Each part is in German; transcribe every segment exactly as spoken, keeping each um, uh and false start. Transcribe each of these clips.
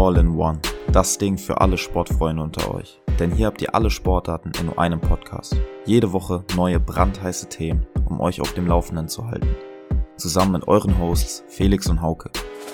All-in-One. Das Ding für alle Sportfreunde unter euch. Denn hier habt ihr alle Sportarten in nur einem Podcast. Jede Woche neue brandheiße Themen, um euch auf dem Laufenden zu halten. Zusammen mit euren Hosts Felix und Hauke.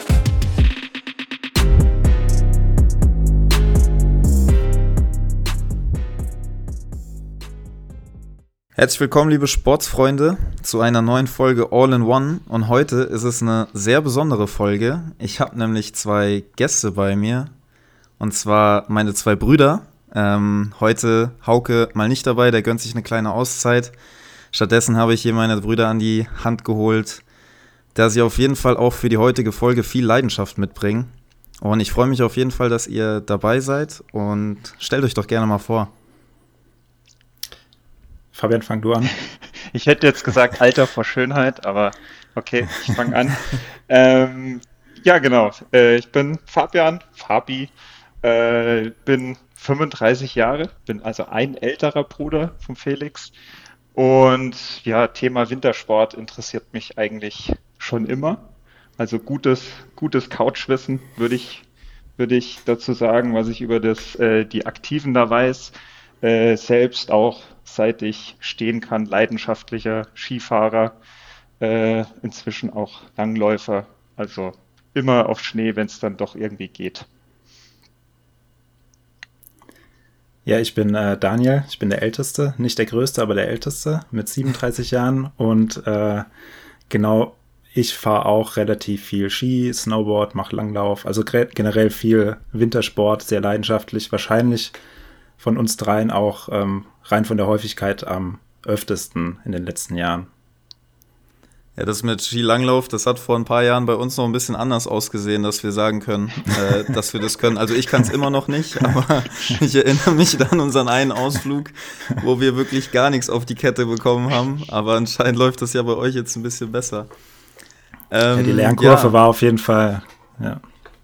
Herzlich willkommen, liebe Sportsfreunde, zu einer neuen Folge All-in-One. Und heute ist es eine sehr besondere Folge. Ich habe nämlich zwei Gäste bei mir. Und zwar meine zwei Brüder. Ähm, heute Hauke mal nicht dabei, der gönnt sich eine kleine Auszeit. Stattdessen habe ich hier meine Brüder an die Hand geholt, da sie auf jeden Fall auch für die heutige Folge viel Leidenschaft mitbringen. Und ich freue mich auf jeden Fall, dass ihr dabei seid. Und stellt euch doch gerne mal vor. Fabian, fang du an. Ich hätte jetzt gesagt Alter vor Schönheit, aber okay, ich fange an. ähm, ja, genau. Äh, ich bin Fabian, Fabi, äh, bin fünfunddreißig Jahre, bin also ein älterer Bruder von Felix. Und ja, Thema Wintersport interessiert mich eigentlich schon immer. Also gutes, gutes Couchwissen würde ich, würde ich dazu sagen, was ich über das, äh, die Aktiven da weiß. Äh, selbst auch, seit ich stehen kann, leidenschaftlicher Skifahrer, äh, inzwischen auch Langläufer, also immer auf Schnee, wenn es dann doch irgendwie geht. Ja, ich bin äh, Daniel, ich bin der Älteste, nicht der Größte, aber der Älteste mit siebenunddreißig Jahren und äh, genau, ich fahre auch relativ viel Ski, Snowboard, mache Langlauf, also gre- generell viel Wintersport, sehr leidenschaftlich, wahrscheinlich von uns dreien auch ähm, rein von der Häufigkeit am öftesten in den letzten Jahren. Ja, das mit Skilanglauf, das hat vor ein paar Jahren bei uns noch ein bisschen anders ausgesehen, dass wir sagen können, äh, dass wir das können. Also ich kann es immer noch nicht, aber ich erinnere mich an unseren einen Ausflug, wo wir wirklich gar nichts auf die Kette bekommen haben. Aber anscheinend läuft das ja bei euch jetzt ein bisschen besser. Ähm, ja, die Lernkurve ja. war auf jeden Fall, ja.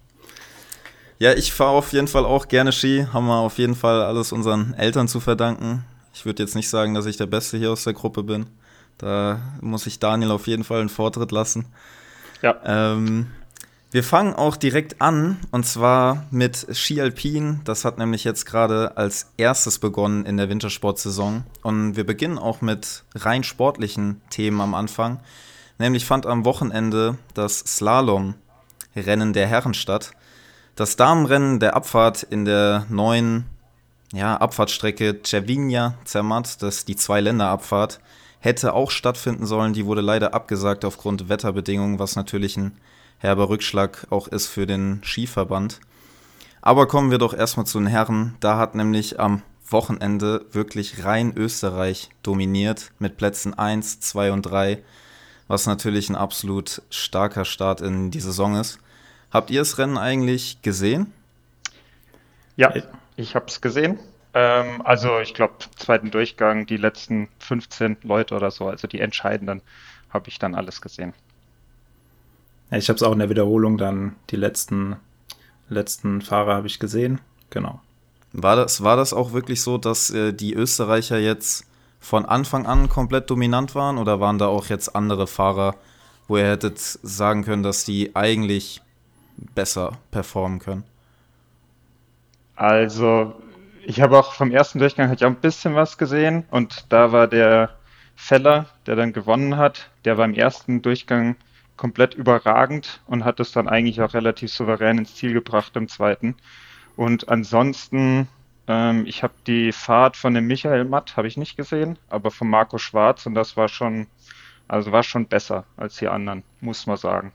Ja, ich fahre auf jeden Fall auch gerne Ski, haben wir auf jeden Fall alles unseren Eltern zu verdanken. Ich würde jetzt nicht sagen, dass ich der Beste hier aus der Gruppe bin. Da muss ich Daniel auf jeden Fall einen Vortritt lassen. Ja. Ähm, wir fangen auch direkt an, und zwar mit Ski Alpin. Das hat nämlich jetzt gerade als erstes begonnen in der Wintersportsaison. Und wir beginnen auch mit rein sportlichen Themen am Anfang. Nämlich fand am Wochenende das Slalom-Rennen der Herren statt. Das Damenrennen der Abfahrt in der neuen ja, Abfahrtstrecke Cervinia-Zermatt, das ist die Zwei-Länder-Abfahrt, hätte auch stattfinden sollen. Die wurde leider abgesagt aufgrund Wetterbedingungen, was natürlich ein herber Rückschlag auch ist für den Skiverband. Aber kommen wir doch erstmal zu den Herren. Da hat nämlich am Wochenende wirklich rein Österreich dominiert mit Plätzen eins, zwei und drei, was natürlich ein absolut starker Start in die Saison ist. Habt ihr das Rennen eigentlich gesehen? Ja, ich habe es gesehen. Ähm, also ich glaube, zweiten Durchgang, die letzten fünfzehn Leute oder so, also die entscheidenden, habe ich dann alles gesehen. Ja, ich habe es auch in der Wiederholung dann, die letzten, letzten Fahrer habe ich gesehen, genau. War das, war das auch wirklich so, dass äh, die Österreicher jetzt von Anfang an komplett dominant waren, oder waren da auch jetzt andere Fahrer, wo ihr hättet sagen können, dass die eigentlich besser performen können? Also ich habe auch vom ersten Durchgang halt ja ein bisschen was gesehen und da war der Feller, der dann gewonnen hat, der war im ersten Durchgang komplett überragend und hat es dann eigentlich auch relativ souverän ins Ziel gebracht im zweiten. Und ansonsten, ähm, ich habe die Fahrt von dem Michael Matt, habe ich nicht gesehen, aber von Marco Schwarz, und das war schon, also war schon besser als die anderen, muss man sagen.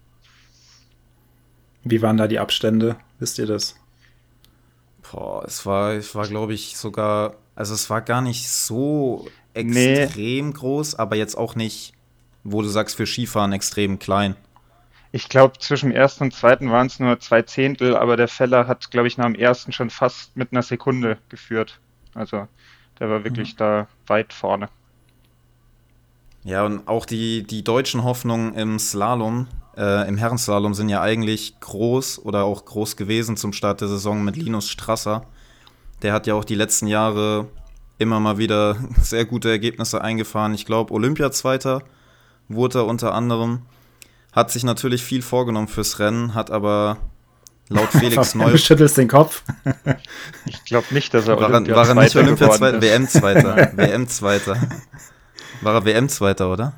Wie waren da die Abstände? Wisst ihr das? Boah, es war, es war, glaube ich, sogar, also es war gar nicht so extrem nee. groß, aber jetzt auch nicht, wo du sagst, für Skifahren extrem klein. Ich glaube, zwischen dem ersten und zweiten waren es nur zwei Zehntel, aber der Feller hat, glaube ich, nach dem ersten schon fast mit einer Sekunde geführt. Also der war wirklich mhm. da weit vorne. Ja, und auch die, die deutschen Hoffnungen im Slalom, Äh, im Herrenslalom sind ja eigentlich groß oder auch groß gewesen zum Start der Saison mit Linus Strasser. Der hat ja auch die letzten Jahre immer mal wieder sehr gute Ergebnisse eingefahren. Ich glaube, Olympiazweiter wurde er unter anderem. Hat sich natürlich viel vorgenommen fürs Rennen, hat aber laut Felix Du Neureuter. schüttelst den Kopf. Ich glaube nicht, dass er War er, Olympia war er nicht Zweiter Olympia geworden Zweiter? ist. W M-Zweiter. W M-Zweiter. War er W M-Zweiter, oder?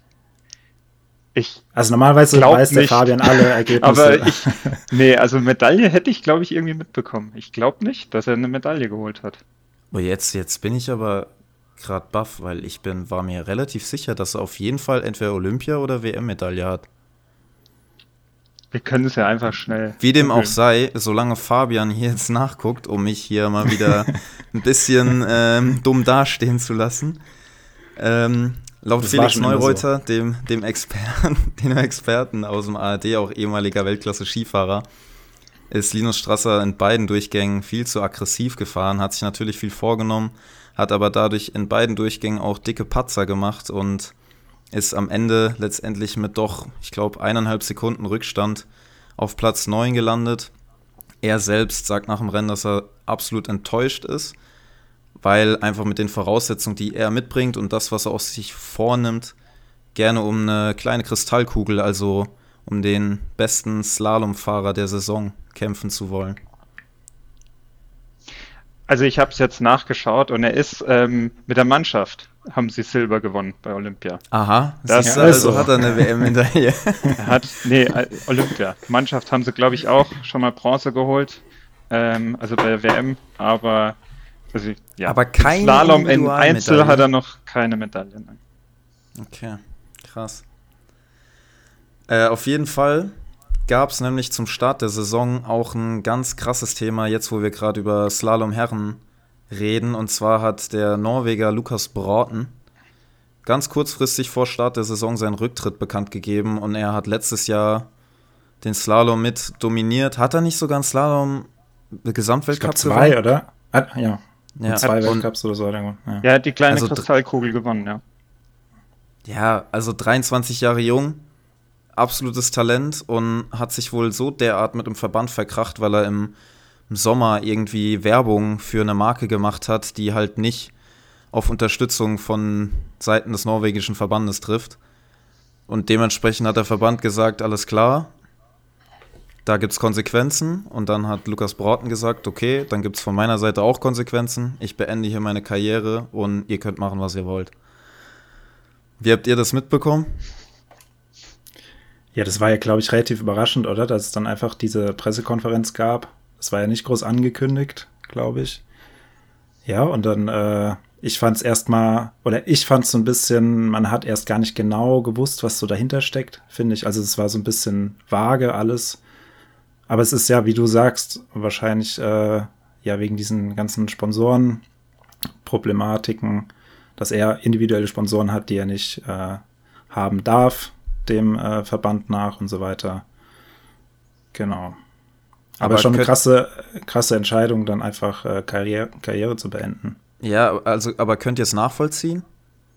Ich Also normalerweise Glaub weiß der nicht. Fabian alle Ergebnisse. Aber ich, nee, also Medaille hätte ich, glaube ich, irgendwie mitbekommen. Ich glaube nicht, dass er eine Medaille geholt hat. Oh, jetzt, jetzt bin ich aber gerade baff, weil ich bin, war mir relativ sicher, dass er auf jeden Fall entweder Olympia- oder W M-Medaille hat. Wir können es ja einfach schnell. Wie dem auch googeln. sei, solange Fabian hier jetzt nachguckt, um mich hier mal wieder ein bisschen ähm, dumm dastehen zu lassen, ähm, laut Das war Felix schon immer Neureuter, dem, dem, Experten, dem Experten aus dem A R D, auch ehemaliger Weltklasse-Skifahrer, ist Linus Strasser in beiden Durchgängen viel zu aggressiv gefahren, hat sich natürlich viel vorgenommen, hat aber dadurch in beiden Durchgängen auch dicke Patzer gemacht und ist am Ende letztendlich mit doch, ich glaube, eineinhalb Sekunden Rückstand auf Platz neun gelandet. Er selbst sagt nach dem Rennen, dass er absolut enttäuscht ist, weil einfach mit den Voraussetzungen, die er mitbringt und das, was er aus sich vornimmt, gerne um eine kleine Kristallkugel, also um den besten Slalomfahrer der Saison kämpfen zu wollen. Also ich habe es jetzt nachgeschaut und er ist ähm, mit der Mannschaft, haben sie Silber gewonnen bei Olympia. Aha, Das siehst du, ist also so. hat er eine W M-Medaille. Er hat, nee, äh, Olympia. Mannschaft haben sie, glaube ich, auch schon mal Bronze geholt, ähm, also bei der W M, aber also, ja. Aber keine Slalom in Individualmedaille. Einzel hat er noch keine Medaille. Nein. Okay, krass. Äh, auf jeden Fall gab es nämlich zum Start der Saison auch ein ganz krasses Thema, jetzt wo wir gerade über Slalom-Herren reden. Und zwar hat der Norweger Lukas Bråten ganz kurzfristig vor Start der Saison seinen Rücktritt bekannt gegeben. Und er hat letztes Jahr den Slalom mit dominiert. Hat er nicht sogar einen Slalom Ich glaub, Gesamtweltcup zwei, gewonnen? oder? Ah, ja. Ja, Zwei und- Weltcups oder so. Ja. Ja, er hat die kleine Also, Kristallkugel gewonnen, ja. Ja, also dreiundzwanzig Jahre jung, absolutes Talent und hat sich wohl so derart mit dem Verband verkracht, weil er im, im Sommer irgendwie Werbung für eine Marke gemacht hat, die halt nicht auf Unterstützung von Seiten des norwegischen Verbandes trifft. Und dementsprechend hat der Verband gesagt, alles klar, da gibt's Konsequenzen. Und dann hat Lukas Bråten gesagt, okay, dann gibt's von meiner Seite auch Konsequenzen. Ich beende hier meine Karriere und ihr könnt machen, was ihr wollt. Wie habt ihr das mitbekommen? Ja, das war ja, glaube ich, relativ überraschend, oder? Dass es dann einfach diese Pressekonferenz gab. Das war ja nicht groß angekündigt, glaube ich. Ja, und dann, äh, ich fand es erstmal, oder ich fand es so ein bisschen, man hat erst gar nicht genau gewusst, was so dahinter steckt, finde ich. Also es war so ein bisschen vage alles. Aber es ist ja, wie du sagst, wahrscheinlich äh, ja wegen diesen ganzen Sponsorenproblematiken, dass er individuelle Sponsoren hat, die er nicht äh, haben darf, dem äh, Verband nach und so weiter. Genau. Aber, Aber schon eine könnt- krasse, krasse Entscheidung, dann einfach äh, Karriere, Karriere zu beenden. Ja, also, aber könnt ihr es nachvollziehen?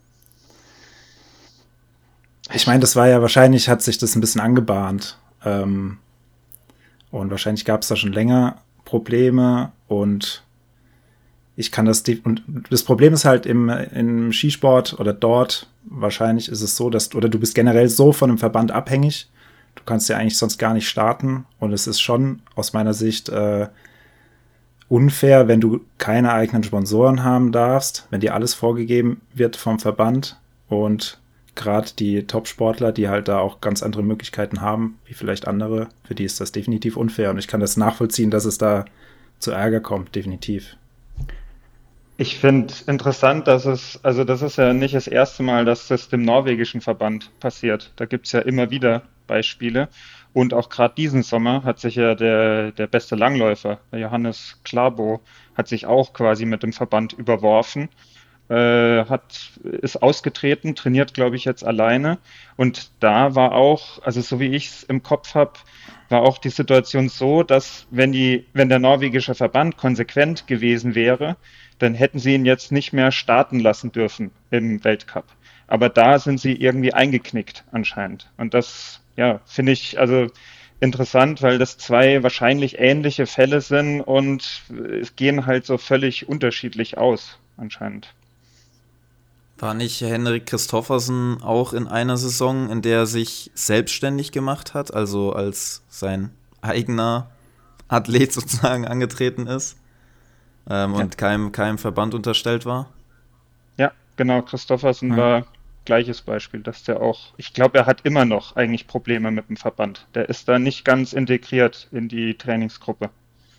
Ich meine, das war ja wahrscheinlich, hat sich das ein bisschen angebahnt. Ähm, und wahrscheinlich gab es da schon länger Probleme und ich kann das, de- und das Problem ist halt im, im Skisport oder dort, wahrscheinlich ist es so, dass, oder du bist generell so von einem Verband abhängig, du kannst ja eigentlich sonst gar nicht starten und es ist schon aus meiner Sicht äh, unfair, wenn du keine eigenen Sponsoren haben darfst, wenn dir alles vorgegeben wird vom Verband und gerade die Top-Sportler, die halt da auch ganz andere Möglichkeiten haben, wie vielleicht andere, für die ist das definitiv unfair und ich kann das nachvollziehen, dass es da zu Ärger kommt, definitiv. Ich finde interessant, dass es, also das ist ja nicht das erste Mal, dass das dem norwegischen Verband passiert. Da gibt es ja immer wieder Beispiele. Und auch gerade diesen Sommer hat sich ja der, der beste Langläufer, der Johannes Klæbo, hat sich auch quasi mit dem Verband überworfen, äh, hat, ist ausgetreten, trainiert, glaube ich, jetzt alleine. Und da war auch, also so wie ich es im Kopf habe, war auch die Situation so, dass wenn die, wenn der norwegische Verband konsequent gewesen wäre, dann hätten sie ihn jetzt nicht mehr starten lassen dürfen im Weltcup. Aber da sind sie irgendwie eingeknickt anscheinend. Und das, ja, finde ich also interessant, weil das zwei wahrscheinlich ähnliche Fälle sind und es gehen halt so völlig unterschiedlich aus anscheinend. War nicht Henrik Kristoffersen auch in einer Saison, in der er sich selbstständig gemacht hat, also als sein eigener Athlet sozusagen angetreten ist ähm, Ja. und keinem, keinem Verband unterstellt war. Ja, genau, Christoffersen Ja. war gleiches Beispiel, dass der auch, ich glaube, er hat immer noch eigentlich Probleme mit dem Verband. Der ist da nicht ganz integriert in die Trainingsgruppe.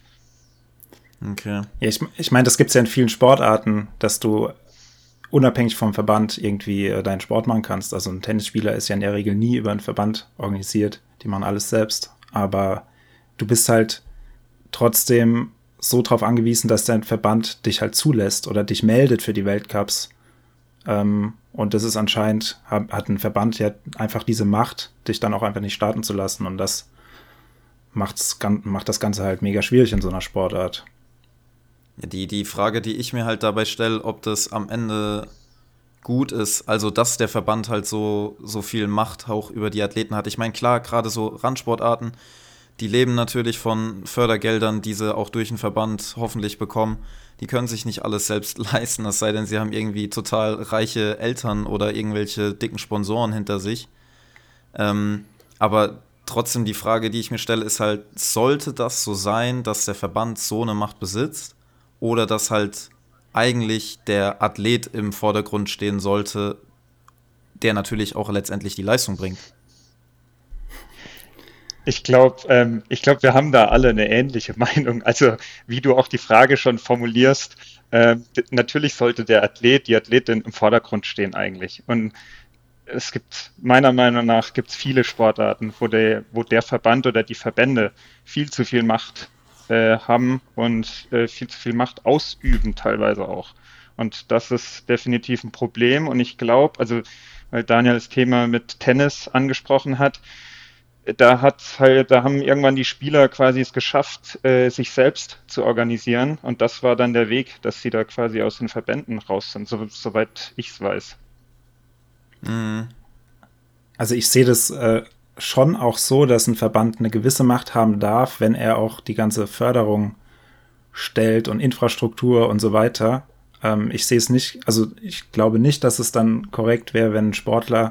Okay. Ja, ich, ich meine, das gibt es ja in vielen Sportarten, dass du unabhängig vom Verband irgendwie äh, deinen Sport machen kannst. Also ein Tennisspieler ist ja in der Regel nie über einen Verband organisiert. Die machen alles selbst. Aber du bist halt trotzdem so drauf angewiesen, dass dein Verband dich halt zulässt oder dich meldet für die Weltcups. Ähm, und das ist anscheinend, hat, hat ein Verband ja einfach diese Macht, dich dann auch einfach nicht starten zu lassen. Und das macht's, gan- macht das Ganze halt mega schwierig in so einer Sportart. Ja, die, die Frage, die ich mir halt dabei stelle, ob das am Ende gut ist, also dass der Verband halt so, so viel Macht auch über die Athleten hat. Ich meine, klar, gerade so Randsportarten, die leben natürlich von Fördergeldern, die sie auch durch den Verband hoffentlich bekommen. Die können sich nicht alles selbst leisten, es sei denn, sie haben irgendwie total reiche Eltern oder irgendwelche dicken Sponsoren hinter sich. Ähm, aber trotzdem die Frage, die ich mir stelle, ist halt, sollte das so sein, dass der Verband so eine Macht besitzt? Oder dass halt eigentlich der Athlet im Vordergrund stehen sollte, der natürlich auch letztendlich die Leistung bringt. Ich glaube, ähm, ich glaube, wir haben da alle eine ähnliche Meinung. Also wie du auch die Frage schon formulierst, ähm, d- natürlich sollte der Athlet, die Athletin im Vordergrund stehen eigentlich. Und es gibt, meiner Meinung nach, gibt es viele Sportarten, wo der, wo der Verband oder die Verbände viel zu viel Macht äh, haben und äh, viel zu viel Macht ausüben teilweise auch. Und das ist definitiv ein Problem. Und ich glaube, also weil Daniel das Thema mit Tennis angesprochen hat, da hat halt, da haben irgendwann die Spieler quasi es geschafft, äh, sich selbst zu organisieren. Und das war dann der Weg, dass sie da quasi aus den Verbänden raus sind, so, soweit ich es weiß. Mhm. Also ich sehe das äh, schon auch so, dass ein Verband eine gewisse Macht haben darf, wenn er auch die ganze Förderung stellt und Infrastruktur und so weiter. Ähm, ich sehe es nicht, also ich glaube nicht, dass es dann korrekt wäre, wenn ein Sportler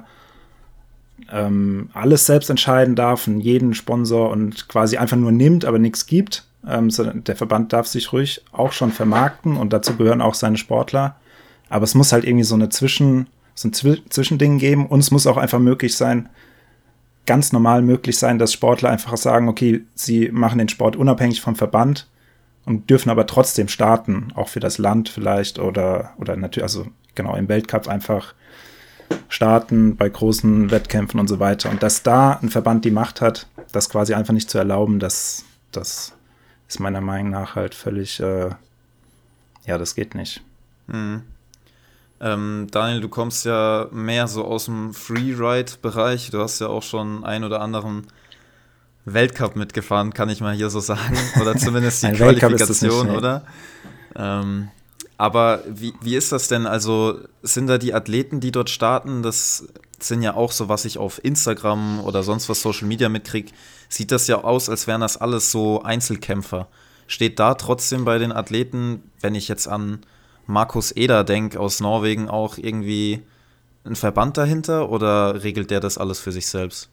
ähm, alles selbst entscheiden darf und jeden Sponsor und quasi einfach nur nimmt, aber nichts gibt. Ähm, sondern der Verband darf sich ruhig auch schon vermarkten und dazu gehören auch seine Sportler. Aber es muss halt irgendwie so eine Zwischen, so ein Zwi- Zwischending geben und es muss auch einfach möglich sein, ganz normal möglich sein, dass Sportler einfach sagen, okay, sie machen den Sport unabhängig vom Verband und dürfen aber trotzdem starten, auch für das Land vielleicht oder, oder natürlich, also genau, im Weltcup einfach starten, bei großen Wettkämpfen und so weiter. Und dass da ein Verband die Macht hat, das quasi einfach nicht zu erlauben, das, das ist meiner Meinung nach halt völlig, äh, ja, das geht nicht. Mhm. Ähm, Daniel, du kommst ja mehr so aus dem Freeride-Bereich. Du hast ja auch schon einen oder anderen Weltcup mitgefahren, kann ich mal hier so sagen. Oder zumindest die Ein Weltcup ist das nicht, Qualifikation, nee. oder? Ähm, aber wie, wie ist das denn? Also sind da die Athleten, die dort starten, das sind ja auch so, was ich auf Instagram oder sonst was Social Media mitkriege, sieht das ja aus, als wären das alles so Einzelkämpfer. Steht da trotzdem bei den Athleten, wenn ich jetzt an Markus Eder denke, aus Norwegen, auch irgendwie ein Verband dahinter oder regelt der das alles für sich selbst?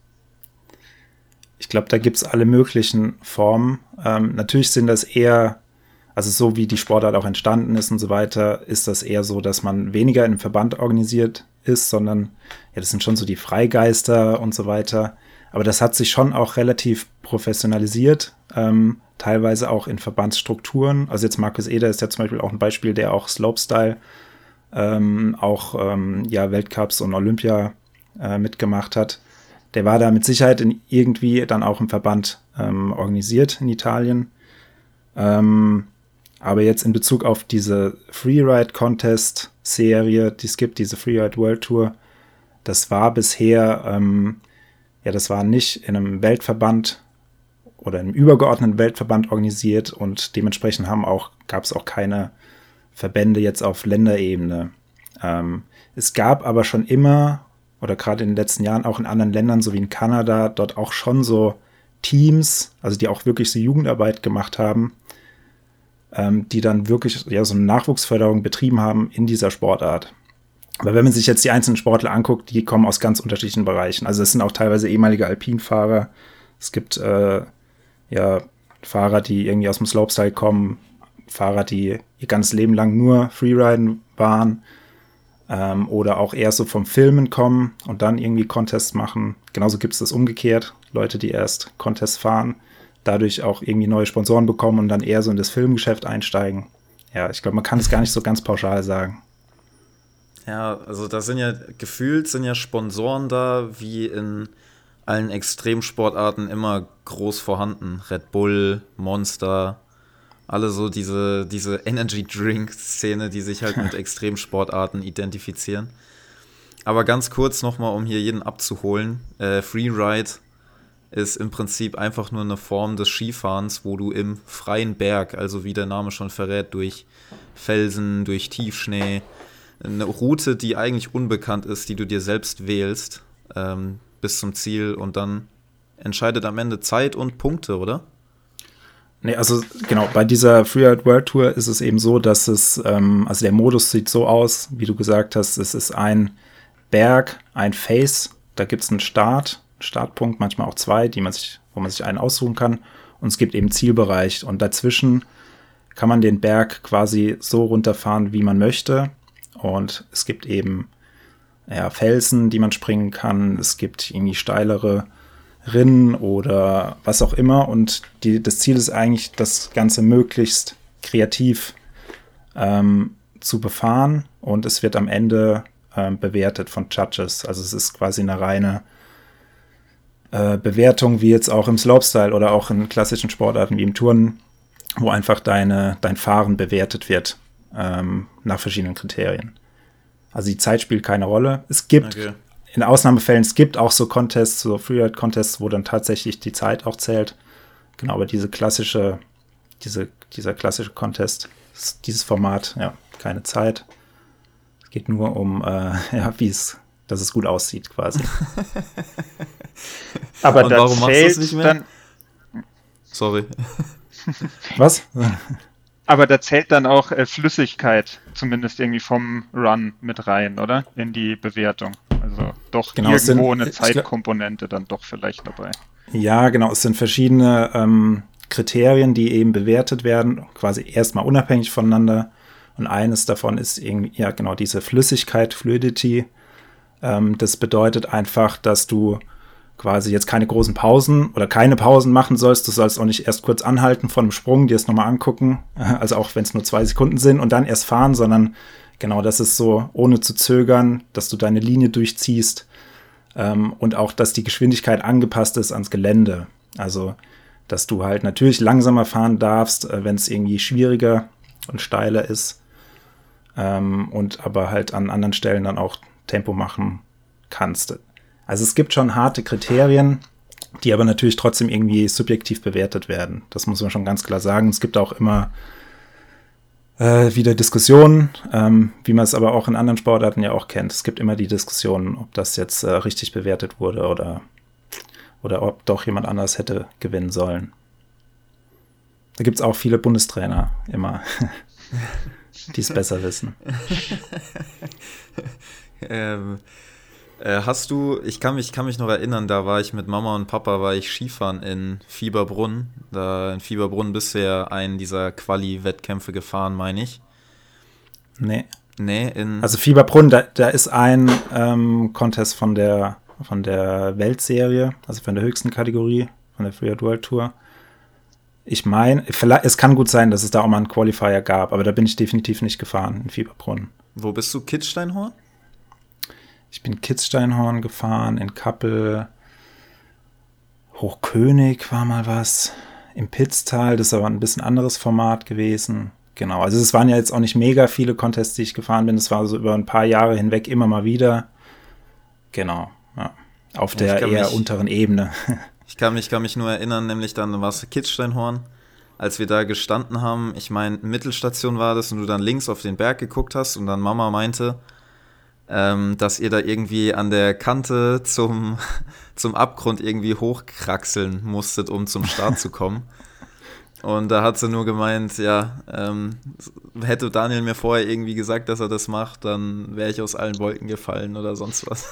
Ich glaube, da gibt es alle möglichen Formen. Ähm, natürlich sind das eher, also so wie die Sportart auch entstanden ist und so weiter, ist das eher so, dass man weniger in einem Verband organisiert ist, sondern ja, das sind schon so die Freigeister und so weiter. Aber das hat sich schon auch relativ professionalisiert, ähm, teilweise auch in Verbandsstrukturen. Also jetzt Markus Eder ist ja zum Beispiel auch ein Beispiel, der auch Slopestyle, ähm, auch ähm, ja, Weltcups und Olympia äh, mitgemacht hat. Der war da mit Sicherheit in irgendwie dann auch im Verband ähm, organisiert in Italien. Ähm, aber jetzt in Bezug auf diese Freeride-Contest-Serie, die es gibt, diese Freeride World Tour, das war bisher, ähm, ja, das war nicht in einem Weltverband oder einem übergeordneten Weltverband organisiert und dementsprechend haben auch, gab es auch keine Verbände jetzt auf Länderebene. Ähm, es gab aber schon immer, oder gerade in den letzten Jahren auch in anderen Ländern, so wie in Kanada, dort auch schon so Teams, also die auch wirklich so Jugendarbeit gemacht haben, ähm, die dann wirklich ja, so eine Nachwuchsförderung betrieben haben in dieser Sportart. Aber wenn man sich jetzt die einzelnen Sportler anguckt, die kommen aus ganz unterschiedlichen Bereichen. Also es sind auch teilweise ehemalige Alpinfahrer. Es gibt äh, ja Fahrer, die irgendwie aus dem Slopestyle kommen, Fahrer, die ihr ganzes Leben lang nur Freeriden waren, ähm, oder auch eher so vom Filmen kommen und dann irgendwie Contests machen. Genauso gibt es das umgekehrt. Leute, die erst Contests fahren, dadurch auch irgendwie neue Sponsoren bekommen und dann eher so in das Filmgeschäft einsteigen. Ja, ich glaube, man kann es gar nicht so ganz pauschal sagen. Ja, also da sind ja gefühlt sind ja Sponsoren da, wie in allen Extremsportarten immer groß vorhanden. Red Bull, Monster, alle so diese, diese Energy-Drink-Szene, die sich halt mit Extremsportarten identifizieren. Aber ganz kurz nochmal, um hier jeden abzuholen. Äh, Freeride ist im Prinzip einfach nur eine Form des Skifahrens, wo du im freien Berg, also wie der Name schon verrät, durch Felsen, durch Tiefschnee, eine Route, die eigentlich unbekannt ist, die du dir selbst wählst, ähm, bis zum Ziel, und dann entscheidet am Ende Zeit und Punkte, oder? Nee, also genau, bei dieser Freeride World Tour ist es eben so, dass es, ähm, also der Modus sieht so aus, wie du gesagt hast, es ist ein Berg, ein Face, da gibt es einen Start, Startpunkt, manchmal auch zwei, die man sich, wo man sich einen aussuchen kann, und es gibt eben Zielbereich, und dazwischen kann man den Berg quasi so runterfahren, wie man möchte, und es gibt eben ja, Felsen, die man springen kann, es gibt irgendwie steilere Rinnen oder was auch immer, und die, das Ziel ist eigentlich, das Ganze möglichst kreativ ähm, zu befahren, und es wird am Ende ähm, bewertet von Judges. Also es ist quasi eine reine äh, Bewertung, wie jetzt auch im Slopestyle oder auch in klassischen Sportarten wie im Turnen, wo einfach deine, dein Fahren bewertet wird ähm, nach verschiedenen Kriterien. Also die Zeit spielt keine Rolle. Es gibt okay. In Ausnahmefällen, es gibt auch so Contests, so Freeride-Contests, wo dann tatsächlich die Zeit auch zählt. Genau, aber diese klassische, diese, dieser klassische Contest, dieses Format, ja, keine Zeit. Es geht nur um, äh, ja, wie es, dass es gut aussieht, quasi. Aber warum machst du es nicht mehr? Dann Sorry. Was? Aber da zählt dann auch äh, Flüssigkeit, zumindest irgendwie vom Run mit rein, oder? In die Bewertung. Also doch genau, irgendwo sind, eine Zeitkomponente dann doch vielleicht dabei. Ja, genau. Es sind verschiedene ähm, Kriterien, die eben bewertet werden, quasi erstmal unabhängig voneinander. Und eines davon ist irgendwie, ja genau, diese Flüssigkeit, Fluidity. Ähm, das bedeutet einfach, dass du quasi jetzt keine großen Pausen oder keine Pausen machen sollst. Du sollst auch nicht erst kurz anhalten vor einem Sprung, dir es nochmal angucken, also auch wenn es nur zwei Sekunden sind, und dann erst fahren, sondern genau, das ist so, ohne zu zögern, dass du deine Linie durchziehst, ähm, und auch, dass die Geschwindigkeit angepasst ist ans Gelände. Also, dass du halt natürlich langsamer fahren darfst, äh, wenn es irgendwie schwieriger und steiler ist, ähm, und aber halt an anderen Stellen dann auch Tempo machen kannst. Also es gibt schon harte Kriterien, die aber natürlich trotzdem irgendwie subjektiv bewertet werden. Das muss man schon ganz klar sagen. Es gibt auch immer äh, wieder Diskussionen, ähm, wie man es aber auch in anderen Sportarten ja auch kennt. Es gibt immer die Diskussionen, ob das jetzt äh, richtig bewertet wurde oder, oder ob doch jemand anders hätte gewinnen sollen. Da gibt es auch viele Bundestrainer immer, die es besser wissen. ähm... Hast du, ich kann mich, kann mich noch erinnern, da war ich mit Mama und Papa, war ich Skifahren in Fieberbrunn. Da in Fieberbrunn bist du ja einen dieser Quali-Wettkämpfe gefahren, meine ich. Nee. Nee, in... Also Fieberbrunn, da, da ist ein ähm, Contest von der, von der Weltserie, also von der höchsten Kategorie, von der Freeride World Tour. Ich meine, es kann gut sein, dass es da auch mal einen Qualifier gab, aber da bin ich definitiv nicht gefahren in Fieberbrunn. Wo bist du? Kitzsteinhorn? Ich bin Kitzsteinhorn gefahren, in Kappel, Hochkönig war mal was, im Pitztal, das ist aber ein bisschen anderes Format gewesen. Genau, also es waren ja jetzt auch nicht mega viele Contests, die ich gefahren bin, es war so über ein paar Jahre hinweg immer mal wieder. Genau, ja, auf der eher mich, unteren Ebene. Ich kann mich, kann mich nur erinnern, nämlich dann war es Kitzsteinhorn, als wir da gestanden haben, ich meine, Mittelstation war das, und du dann links auf den Berg geguckt hast und dann Mama meinte, Ähm, dass ihr da irgendwie an der Kante zum, zum Abgrund irgendwie hochkraxeln musstet, um zum Start zu kommen. Und da hat sie nur gemeint, ja, ähm, hätte Daniel mir vorher irgendwie gesagt, dass er das macht, dann wäre ich aus allen Wolken gefallen oder sonst was.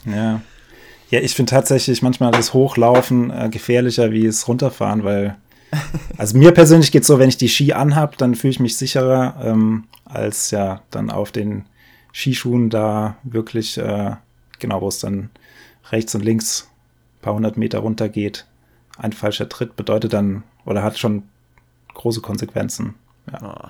Ja, ja, ich finde tatsächlich manchmal das Hochlaufen äh, gefährlicher wie es Runterfahren, weil Also mir persönlich geht es so, wenn ich die Ski anhab, dann fühle ich mich sicherer, ähm, als ja dann auf den Skischuhen da wirklich, äh, genau, wo es dann rechts und links ein paar hundert Meter runter geht. Ein falscher Tritt bedeutet dann, oder hat schon große Konsequenzen. Ja,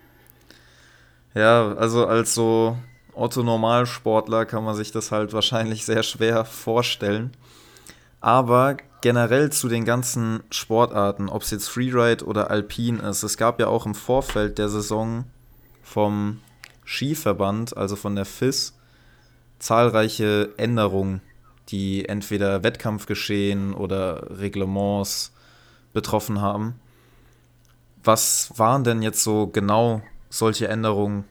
ja, also als so Otto-Normalsportler kann man sich das halt wahrscheinlich sehr schwer vorstellen. Aber generell zu den ganzen Sportarten, ob es jetzt Freeride oder Alpin ist, es gab ja auch im Vorfeld der Saison vom Skiverband, also von der F I S, zahlreiche Änderungen, die entweder Wettkampfgeschehen oder Reglements betroffen haben. Was waren denn jetzt so genau solche Änderungen?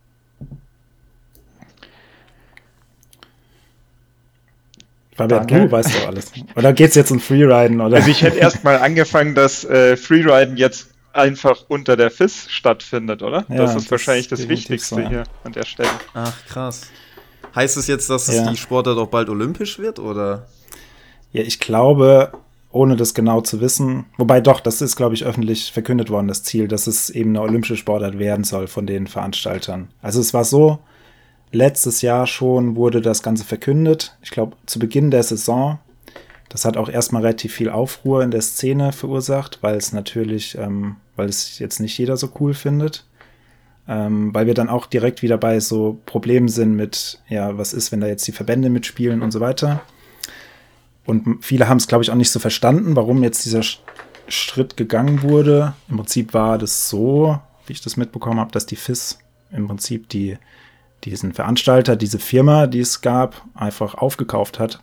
Fabian, du weißt doch alles. Oder geht's jetzt um Freeriden? Oder? Also ich hätte erstmal angefangen, dass äh, Freeriden jetzt einfach unter der F I S stattfindet, oder? Ja, das ist das wahrscheinlich das Wichtigste so, ja. hier an der Stelle. Ach, krass. Heißt es jetzt, dass es ja. die Sportart auch bald olympisch wird, oder? Ja, ich glaube, ohne das genau zu wissen, wobei doch, das ist, glaube ich, öffentlich verkündet worden, das Ziel, dass es eben eine olympische Sportart werden soll von den Veranstaltern. Also es war so, letztes Jahr schon wurde das Ganze verkündet. Ich glaube, zu Beginn der Saison. Das hat auch erstmal relativ viel Aufruhr in der Szene verursacht, weil es natürlich, ähm, weil es jetzt nicht jeder so cool findet. Ähm, weil wir dann auch direkt wieder bei so Problemen sind mit, ja, was ist, wenn da jetzt die Verbände mitspielen und so weiter. Und viele haben es, glaube ich, auch nicht so verstanden, warum jetzt dieser Sch- Schritt gegangen wurde. Im Prinzip war das so, wie ich das mitbekommen habe, dass die F I S im Prinzip die diesen Veranstalter, diese Firma, die es gab, einfach aufgekauft hat.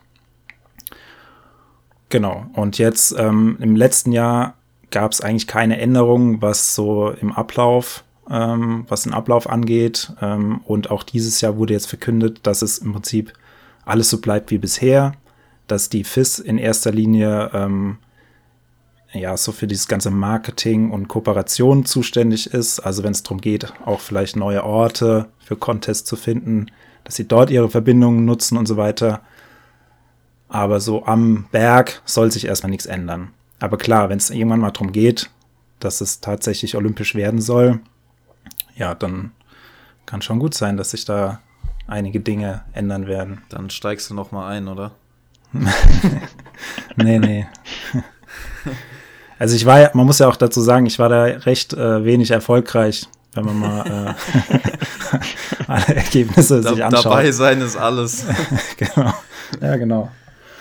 Genau. Und jetzt ähm, im letzten Jahr gab es eigentlich keine Änderungen, was so im Ablauf, ähm, was den Ablauf angeht. Ähm, und auch dieses Jahr wurde jetzt verkündet, dass es im Prinzip alles so bleibt wie bisher, dass die F I S in erster Linie ähm, ja, so für dieses ganze Marketing und Kooperation zuständig ist. Also wenn es darum geht, auch vielleicht neue Orte für Contests zu finden, dass sie dort ihre Verbindungen nutzen und so weiter. Aber so am Berg soll sich erstmal nichts ändern. Aber klar, wenn es irgendwann mal darum geht, dass es tatsächlich olympisch werden soll, ja, dann kann schon gut sein, dass sich da einige Dinge ändern werden. Dann steigst du noch mal ein, oder? nee, nee. Also ich war ja, man muss ja auch dazu sagen, ich war da recht äh, wenig erfolgreich, wenn man mal äh, alle Ergebnisse da, sich anschaut. Dabei sein ist alles. Genau. Ja, genau.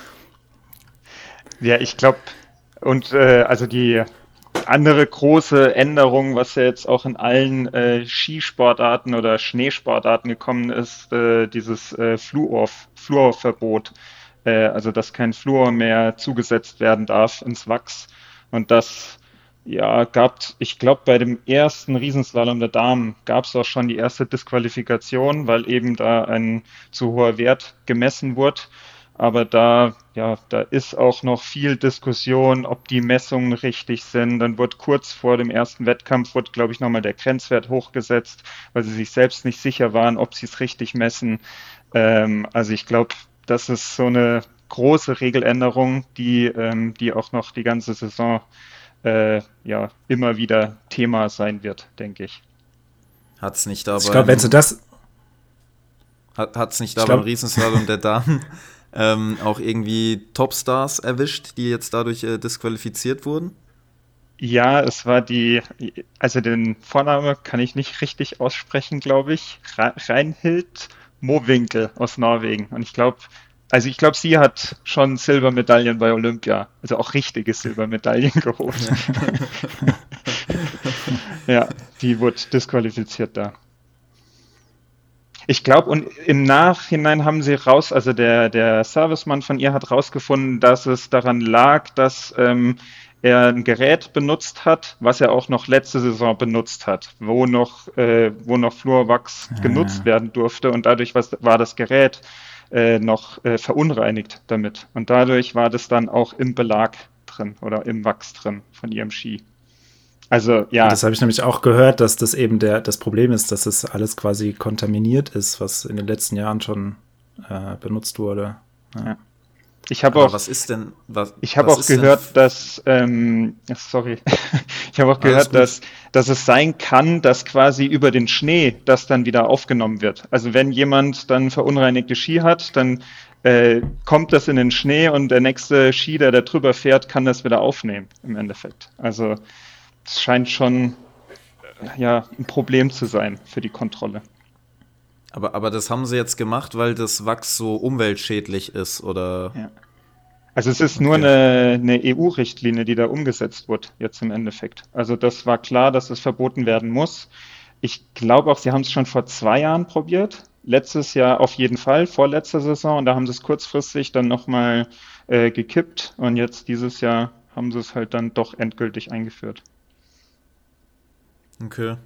Ja, ich glaube, und äh, also die andere große Änderung, was ja jetzt auch in allen äh, Skisportarten oder Schneesportarten gekommen ist, äh, dieses äh, Fluor, Fluorverbot. Äh, also dass kein Fluor mehr zugesetzt werden darf ins Wachs. Und das ja, gab, ich glaube, bei dem ersten Riesenslalom der Damen gab es auch schon die erste Disqualifikation, weil eben da ein zu hoher Wert gemessen wurde. Aber da, ja, da ist auch noch viel Diskussion, ob die Messungen richtig sind. Dann wurde kurz vor dem ersten Wettkampf, wurde, glaube ich, nochmal der Grenzwert hochgesetzt, weil sie sich selbst nicht sicher waren, ob sie es richtig messen. Ähm, also ich glaube, das ist so eine große Regeländerung, die, ähm, die auch noch die ganze Saison äh, ja, immer wieder Thema sein wird, denke ich. Hat's nicht dabei. Ich glaube, wenn du das. Hat, hat's nicht dabei im Riesenslalom der Damen ähm, auch irgendwie Topstars erwischt, die jetzt dadurch äh, disqualifiziert wurden? Ja, es war die, also den Vorname kann ich nicht richtig aussprechen, glaube ich. Reinhild Mowinckel aus Norwegen. Und ich glaube, Also ich glaube, sie hat schon Silbermedaillen bei Olympia, also auch richtige Silbermedaillen geholt. Ja, die wurde disqualifiziert da. Ich glaube, und im Nachhinein haben sie raus, also der, der Servicemann von ihr hat rausgefunden, dass es daran lag, dass ähm, er ein Gerät benutzt hat, was er auch noch letzte Saison benutzt hat, wo noch, äh, wo noch Fluorwachs Ja. genutzt werden durfte und dadurch was, war das Gerät äh, noch äh, verunreinigt damit. Und dadurch war das dann auch im Belag drin oder im Wachs drin von ihrem Ski. Also ja. Das habe ich nämlich auch gehört, dass das eben der, das Problem ist, dass es alles quasi kontaminiert ist, was in den letzten Jahren schon äh, benutzt wurde. Ja. Ja. Ich habe Aber auch, was ist denn, was, ich habe was auch ist denn, gehört, dass, ähm, sorry, ich habe auch alles gehört, gut. dass, dass es sein kann, dass quasi über den Schnee das dann wieder aufgenommen wird. Also wenn jemand dann verunreinigte Ski hat, dann äh, kommt das in den Schnee und der nächste Ski, der da drüber fährt, kann das wieder aufnehmen im Endeffekt. Also es scheint schon äh, ja ein Problem zu sein für die Kontrolle. Aber, aber das haben sie jetzt gemacht, weil das Wachs so umweltschädlich ist, oder? Ja. Also es ist nur Okay. eine, eine E U-Richtlinie, die da umgesetzt wird, jetzt im Endeffekt. Also das war klar, dass es verboten werden muss. Ich glaube auch, sie haben es schon vor zwei Jahren probiert. Letztes Jahr auf jeden Fall, vorletzte Saison. Und da haben sie es kurzfristig dann nochmal äh, gekippt. Und jetzt dieses Jahr haben sie es halt dann doch endgültig eingeführt. Okay.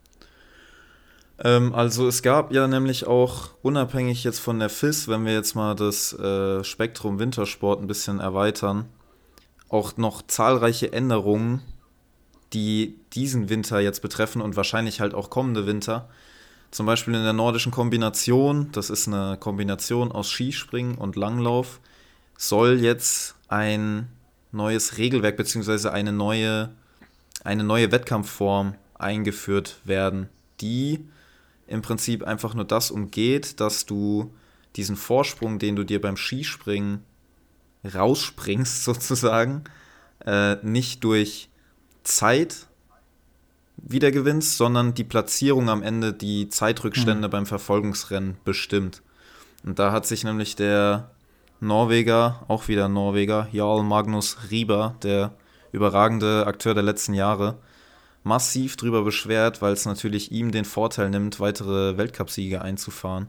Ähm, also es gab ja nämlich auch, unabhängig jetzt von der F I S, wenn wir jetzt mal das äh, Spektrum Wintersport ein bisschen erweitern, auch noch zahlreiche Änderungen, die diesen Winter jetzt betreffen und wahrscheinlich halt auch kommende Winter. Zum Beispiel in der nordischen Kombination, das ist eine Kombination aus Skispringen und Langlauf, soll jetzt ein neues Regelwerk bzw. eine neue, eine neue Wettkampfform eingeführt werden, die im Prinzip einfach nur das umgeht, dass du diesen Vorsprung, den du dir beim Skispringen rausspringst sozusagen, äh, nicht durch Zeit wiedergewinnst, sondern die Platzierung am Ende die Zeitrückstände Mhm. beim Verfolgungsrennen bestimmt. Und da hat sich nämlich der Norweger, auch wieder Norweger, Jarl Magnus Rieber, der überragende Akteur der letzten Jahre, massiv drüber beschwert, weil es natürlich ihm den Vorteil nimmt, weitere Weltcupsiege einzufahren.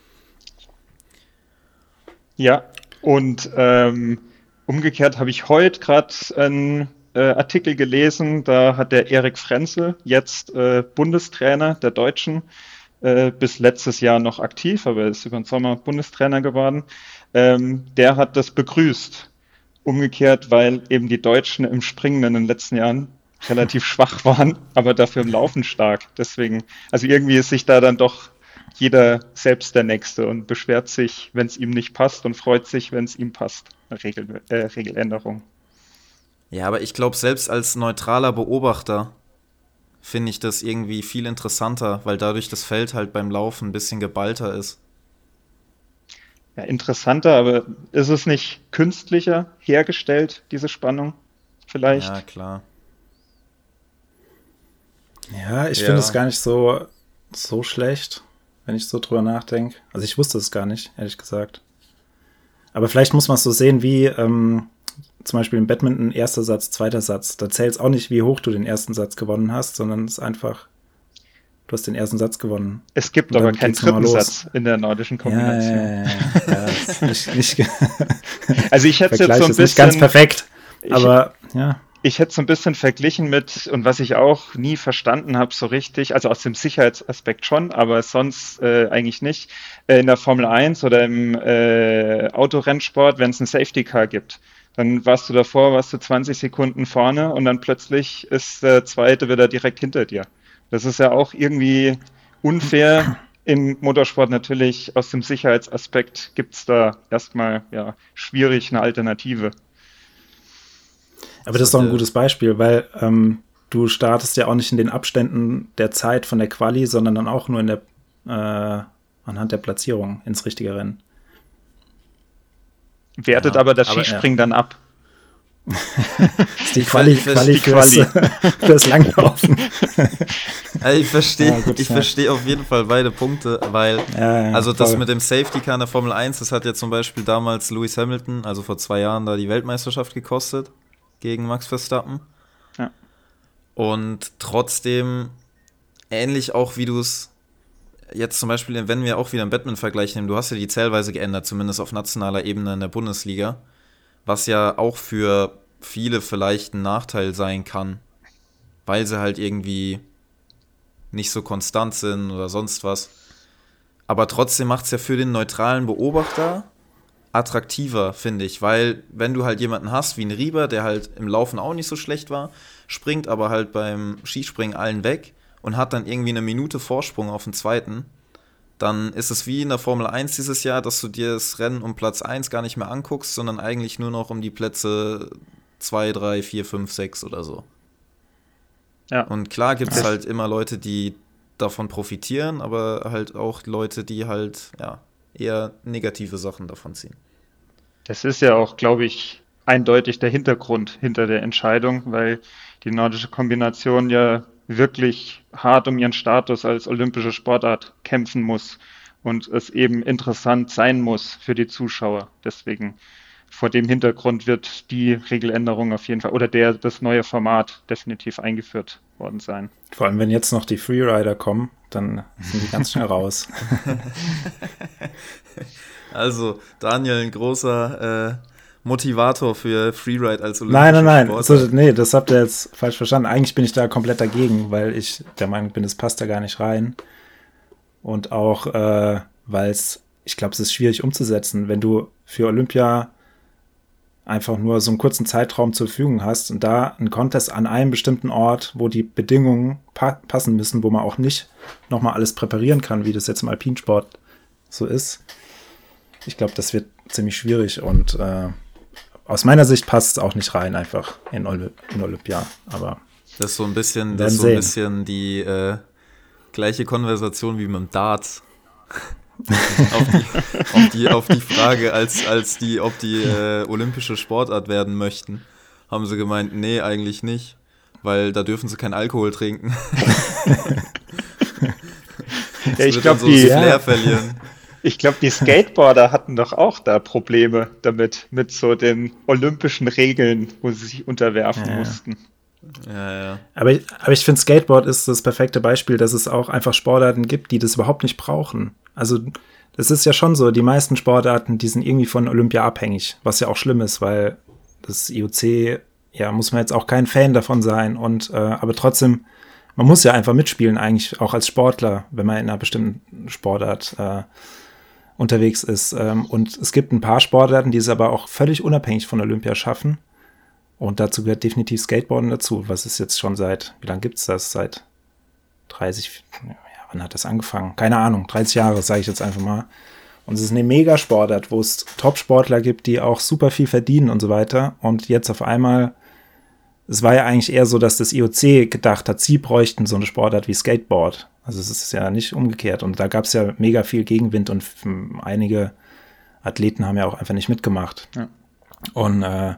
Ja, und ähm, umgekehrt habe ich heute gerade einen äh, Artikel gelesen, da hat der Erik Frenzel, jetzt äh, Bundestrainer der Deutschen, äh, bis letztes Jahr noch aktiv, aber er ist über den Sommer Bundestrainer geworden, ähm, der hat das begrüßt. Umgekehrt, weil eben die Deutschen im Springen in den letzten Jahren relativ schwach waren, aber dafür im Laufen stark. Deswegen, also irgendwie ist sich da dann doch jeder selbst der Nächste und beschwert sich, wenn es ihm nicht passt und freut sich, wenn es ihm passt. Eine Regel, äh, Regeländerung. Ja, aber ich glaube, selbst als neutraler Beobachter finde ich das irgendwie viel interessanter, weil dadurch das Feld halt beim Laufen ein bisschen geballter ist. Ja, interessanter, aber ist es nicht künstlicher hergestellt, diese Spannung Ja, vielleicht? klar. Ja, ich finde es Ja. gar nicht so, so schlecht, wenn ich so drüber nachdenke. Also ich wusste es gar nicht, ehrlich gesagt. Aber vielleicht muss man es so sehen wie ähm, zum Beispiel im Badminton erster Satz, zweiter Satz. Da zählt es auch nicht, wie hoch du den ersten Satz gewonnen hast, sondern es ist einfach, du hast den ersten Satz gewonnen. Es gibt Und aber dann keinen geht's nochmal dritten los. Satz in der nordischen Ja, Kombination. ja, ja, ja. ja ist nicht, nicht Also ich hätte es jetzt Vergleich so ein ist nicht ganz bisschen, perfekt, ich, aber ja. ich hätte es so ein bisschen verglichen mit, und was ich auch nie verstanden habe so richtig, also aus dem Sicherheitsaspekt schon, aber sonst äh, eigentlich nicht, äh, in der Formel eins oder im äh, Autorennsport, wenn es ein Safety Car gibt. Dann warst du davor, warst du zwanzig Sekunden vorne und dann plötzlich ist der zweite wieder direkt hinter dir. Das ist ja auch irgendwie unfair. Im Motorsport natürlich aus dem Sicherheitsaspekt gibt es da erstmal ja schwierig eine Alternative. Aber Das das ist doch hat ein der, gutes Beispiel, weil ähm, du startest ja auch nicht in den Abständen der Zeit von der Quali, sondern dann auch nur in der äh, anhand der Platzierung ins richtige Rennen. Wertet ja, aber das aber Ja. Skispringen dann ab. Das ist die ich, ver- Quali, ich, ver- Quali Die fürs, Quali. fürs Langlaufen. also ich verstehe Ja, gut, ich ja. verstehe auf jeden Fall beide Punkte, weil, Ja, ja, also das voll. mit dem Safety Car in der Formel eins, das hat ja zum Beispiel damals Lewis Hamilton, also vor zwei Jahren, da die Weltmeisterschaft gekostet gegen Max Verstappen. Ja. Und trotzdem, ähnlich auch wie du es jetzt zum Beispiel, wenn wir auch wieder einen Batman-Vergleich nehmen, du hast ja die Zählweise geändert, zumindest auf nationaler Ebene in der Bundesliga, was ja auch für viele vielleicht ein Nachteil sein kann, weil sie halt irgendwie nicht so konstant sind oder sonst was. Aber trotzdem macht es ja für den neutralen Beobachter attraktiver, finde ich, weil wenn du halt jemanden hast wie einen Rieber, der halt im Laufen auch nicht so schlecht war, springt aber halt beim Skispringen allen weg und hat dann irgendwie eine Minute Vorsprung auf den zweiten, dann ist es wie in der Formel eins dieses Jahr, dass du dir das Rennen um Platz eins gar nicht mehr anguckst, sondern eigentlich nur noch um die Plätze zwei, drei, vier, fünf, sechs oder so. Ja. Und klar gibt es halt immer Leute, die davon profitieren, aber halt auch Leute, die halt ja eher negative Sachen davon ziehen. Das ist ja auch, glaube ich, eindeutig der Hintergrund hinter der Entscheidung, weil die nordische Kombination ja wirklich hart um ihren Status als olympische Sportart kämpfen muss und es eben interessant sein muss für die Zuschauer. Deswegen vor dem Hintergrund wird die Regeländerung auf jeden Fall oder der das neue Format definitiv eingeführt worden sein. Vor allem, wenn jetzt noch die Freerider kommen, dann sind die ganz schnell raus. Also, Daniel, ein großer äh, Motivator für Freeride als olympische Nein, nein, nein. Sportart. Also, nee, das habt ihr jetzt falsch verstanden. Eigentlich bin ich da komplett dagegen, weil ich der Meinung bin, es passt da gar nicht rein. Und auch, äh, weil es, ich glaube, es ist schwierig umzusetzen, wenn du für Olympia einfach nur so einen kurzen Zeitraum zur Verfügung hast und da einen Contest an einem bestimmten Ort, wo die Bedingungen pa- passen müssen, wo man auch nicht nochmal alles präparieren kann, wie das jetzt im Alpinsport so ist. Ich glaube, das wird ziemlich schwierig und äh, aus meiner Sicht passt es auch nicht rein einfach in, Oly- in Olympia. Aber Das ist so ein bisschen, das werden ist so ein sehen. bisschen die äh, gleiche Konversation wie mit dem Darts. auf, die, auf, die, auf die Frage, als, als die, ob die äh, olympische Sportart werden möchten, haben sie gemeint, nee, eigentlich nicht, weil da dürfen sie keinen Alkohol trinken. Ja, ich wird glaube, dann so die, das Flair ja. verlieren. Ich glaube, die Skateboarder hatten doch auch da Probleme damit, mit so den olympischen Regeln, wo sie sich unterwerfen Ja. mussten. Ja, ja. Aber, aber ich finde, Skateboard ist das perfekte Beispiel, dass es auch einfach Sportarten gibt, die das überhaupt nicht brauchen. Also das ist ja schon so, die meisten Sportarten, die sind irgendwie von Olympia abhängig, was ja auch schlimm ist, weil das I O C, ja, muss man jetzt auch kein Fan davon sein. Und äh, aber trotzdem, man muss ja einfach mitspielen, eigentlich auch als Sportler, wenn man in einer bestimmten Sportart äh, unterwegs ist. Ähm, und es gibt ein paar Sportarten, die es aber auch völlig unabhängig von Olympia schaffen. Und dazu gehört definitiv Skateboarden dazu. Was ist jetzt schon seit, wie lange gibt es das? Seit dreißig, ja, wann hat das angefangen? Keine Ahnung, dreißig Jahre, sage ich jetzt einfach mal. Und es ist eine Megasportart, wo es Top-Sportler gibt, die auch super viel verdienen und so weiter. Und jetzt auf einmal, es war ja eigentlich eher so, dass das I O C gedacht hat, sie bräuchten so eine Sportart wie Skateboard. Also es ist ja nicht umgekehrt. Und da gab es ja mega viel Gegenwind und einige Athleten haben ja auch einfach nicht mitgemacht. Ja. Und äh,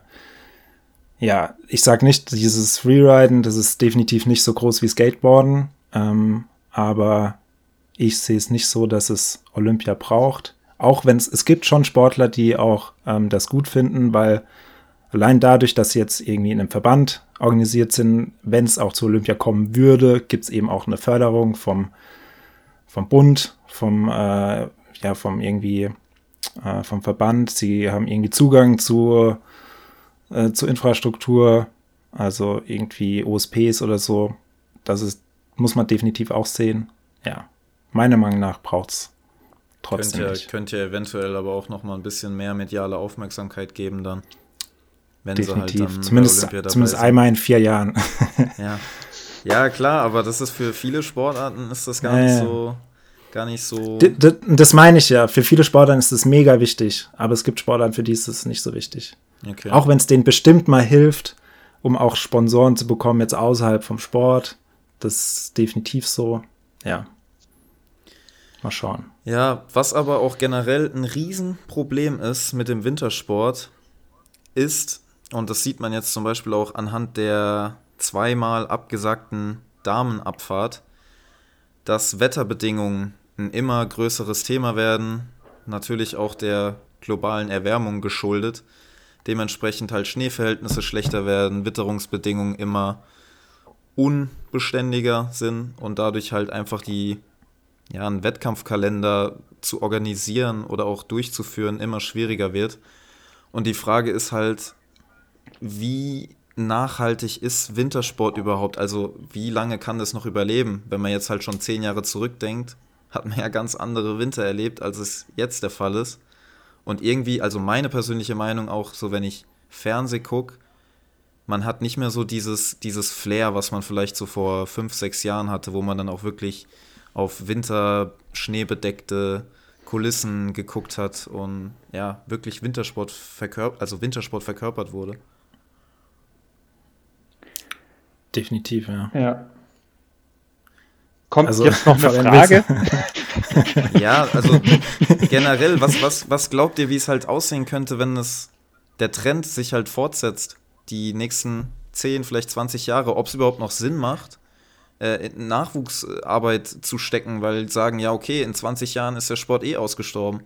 ja, ich sag nicht, dieses Freeriden, das ist definitiv nicht so groß wie Skateboarden, ähm, aber ich sehe es nicht so, dass es Olympia braucht. Auch wenn es, es gibt schon Sportler, die auch ähm, das gut finden, weil allein dadurch, dass sie jetzt irgendwie in einem Verband organisiert sind, wenn es auch zu Olympia kommen würde, gibt es eben auch eine Förderung vom, vom Bund, vom, äh, ja, vom irgendwie, äh, vom Verband. Sie haben irgendwie Zugang zu Äh, zur Infrastruktur, also irgendwie O S Ps oder so. Das ist, muss man definitiv auch sehen. Ja, meiner Meinung nach braucht es trotzdem Könnt nicht. ihr, könnt ihr eventuell aber auch noch mal ein bisschen mehr mediale Aufmerksamkeit geben dann. Wenn sie halt Definitiv. dann Zumindest, bei Olympia dabei zumindest sind. einmal in vier Jahren. Ja. Ja, klar, aber das ist für viele Sportarten ist das gar Ja, nicht ja. so, gar nicht so. D- d- das meine ich ja. Für viele Sportarten ist es mega wichtig, aber es gibt Sportarten, für die ist es nicht so wichtig. Okay. Auch wenn es denen bestimmt mal hilft, um auch Sponsoren zu bekommen, jetzt außerhalb vom Sport. Das ist definitiv so. Ja. Mal schauen. Ja, was aber auch generell ein Riesenproblem ist mit dem Wintersport, ist, und das sieht man jetzt zum Beispiel auch anhand der zweimal abgesagten Damenabfahrt, dass Wetterbedingungen ein immer größeres Thema werden, natürlich auch der globalen Erwärmung geschuldet. Dementsprechend halt Schneeverhältnisse schlechter werden, Witterungsbedingungen immer unbeständiger sind und dadurch halt einfach die, ja, einen Wettkampfkalender zu organisieren oder auch durchzuführen immer schwieriger wird. Und die Frage ist halt, wie nachhaltig ist Wintersport überhaupt? Also wie lange kann das noch überleben? Wenn man jetzt halt schon zehn Jahre zurückdenkt, hat man ja ganz andere Winter erlebt, als es jetzt der Fall ist. Und irgendwie, also meine persönliche Meinung auch, so wenn ich Fernseh gucke, man hat nicht mehr so dieses, dieses Flair, was man vielleicht so vor fünf, sechs Jahren hatte, wo man dann auch wirklich auf Winter, schneebedeckte Kulissen geguckt hat und ja, wirklich Wintersport verkörpert, also Wintersport verkörpert wurde. Definitiv, ja. Ja. Kommt Also, jetzt noch eine vor allem Frage? Ja, also generell, was, was, was glaubt ihr, wie es halt aussehen könnte, wenn es der Trend sich halt fortsetzt, die nächsten zehn, vielleicht zwanzig Jahre, ob es überhaupt noch Sinn macht, äh, in Nachwuchsarbeit zu stecken, weil sagen, ja okay, in zwanzig Jahren ist der Sport eh ausgestorben.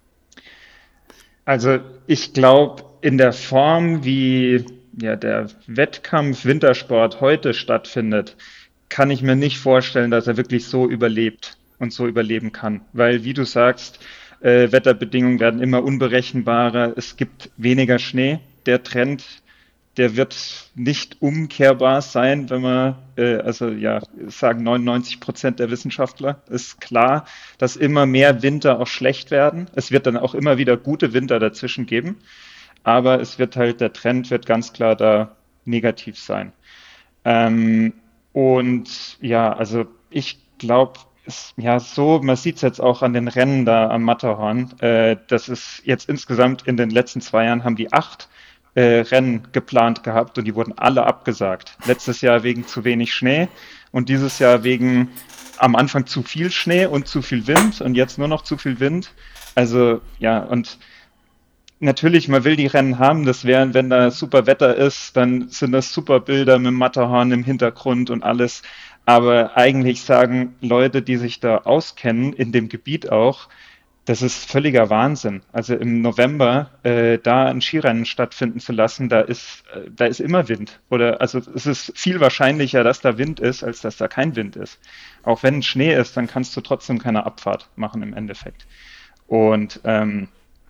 Also ich glaube, in der Form, wie ja, der Wettkampf Wintersport heute stattfindet, kann ich mir nicht vorstellen, dass er wirklich so überlebt und so überleben kann. Weil, wie du sagst, äh, Wetterbedingungen werden immer unberechenbarer, es gibt weniger Schnee. Der Trend, der wird nicht umkehrbar sein, wenn man, äh, also ja, sagen neunundneunzig Prozent der Wissenschaftler, ist klar, dass immer mehr Winter auch schlecht werden. Es wird dann auch immer wieder gute Winter dazwischen geben, aber es wird halt, der Trend wird ganz klar da negativ sein. Ähm, und ja, also ich glaube, ja, so, man sieht es jetzt auch an den Rennen da am Matterhorn, äh, das ist jetzt insgesamt in den letzten zwei Jahren haben die acht äh, Rennen geplant gehabt und die wurden alle abgesagt. Letztes Jahr wegen zu wenig Schnee und dieses Jahr wegen am Anfang zu viel Schnee und zu viel Wind und jetzt nur noch zu viel Wind. Also ja, und natürlich, man will die Rennen haben, das wären, wenn da super Wetter ist, dann sind das super Bilder mit dem Matterhorn im Hintergrund und alles. Aber eigentlich sagen Leute, die sich da auskennen, in dem Gebiet auch, das ist völliger Wahnsinn. Also im November äh, da ein Skirennen stattfinden zu lassen, da ist, äh, da ist immer Wind. Oder also es ist viel wahrscheinlicher, dass da Wind ist, als dass da kein Wind ist. Auch wenn Schnee ist, dann kannst du trotzdem keine Abfahrt machen im Endeffekt. Und ähm,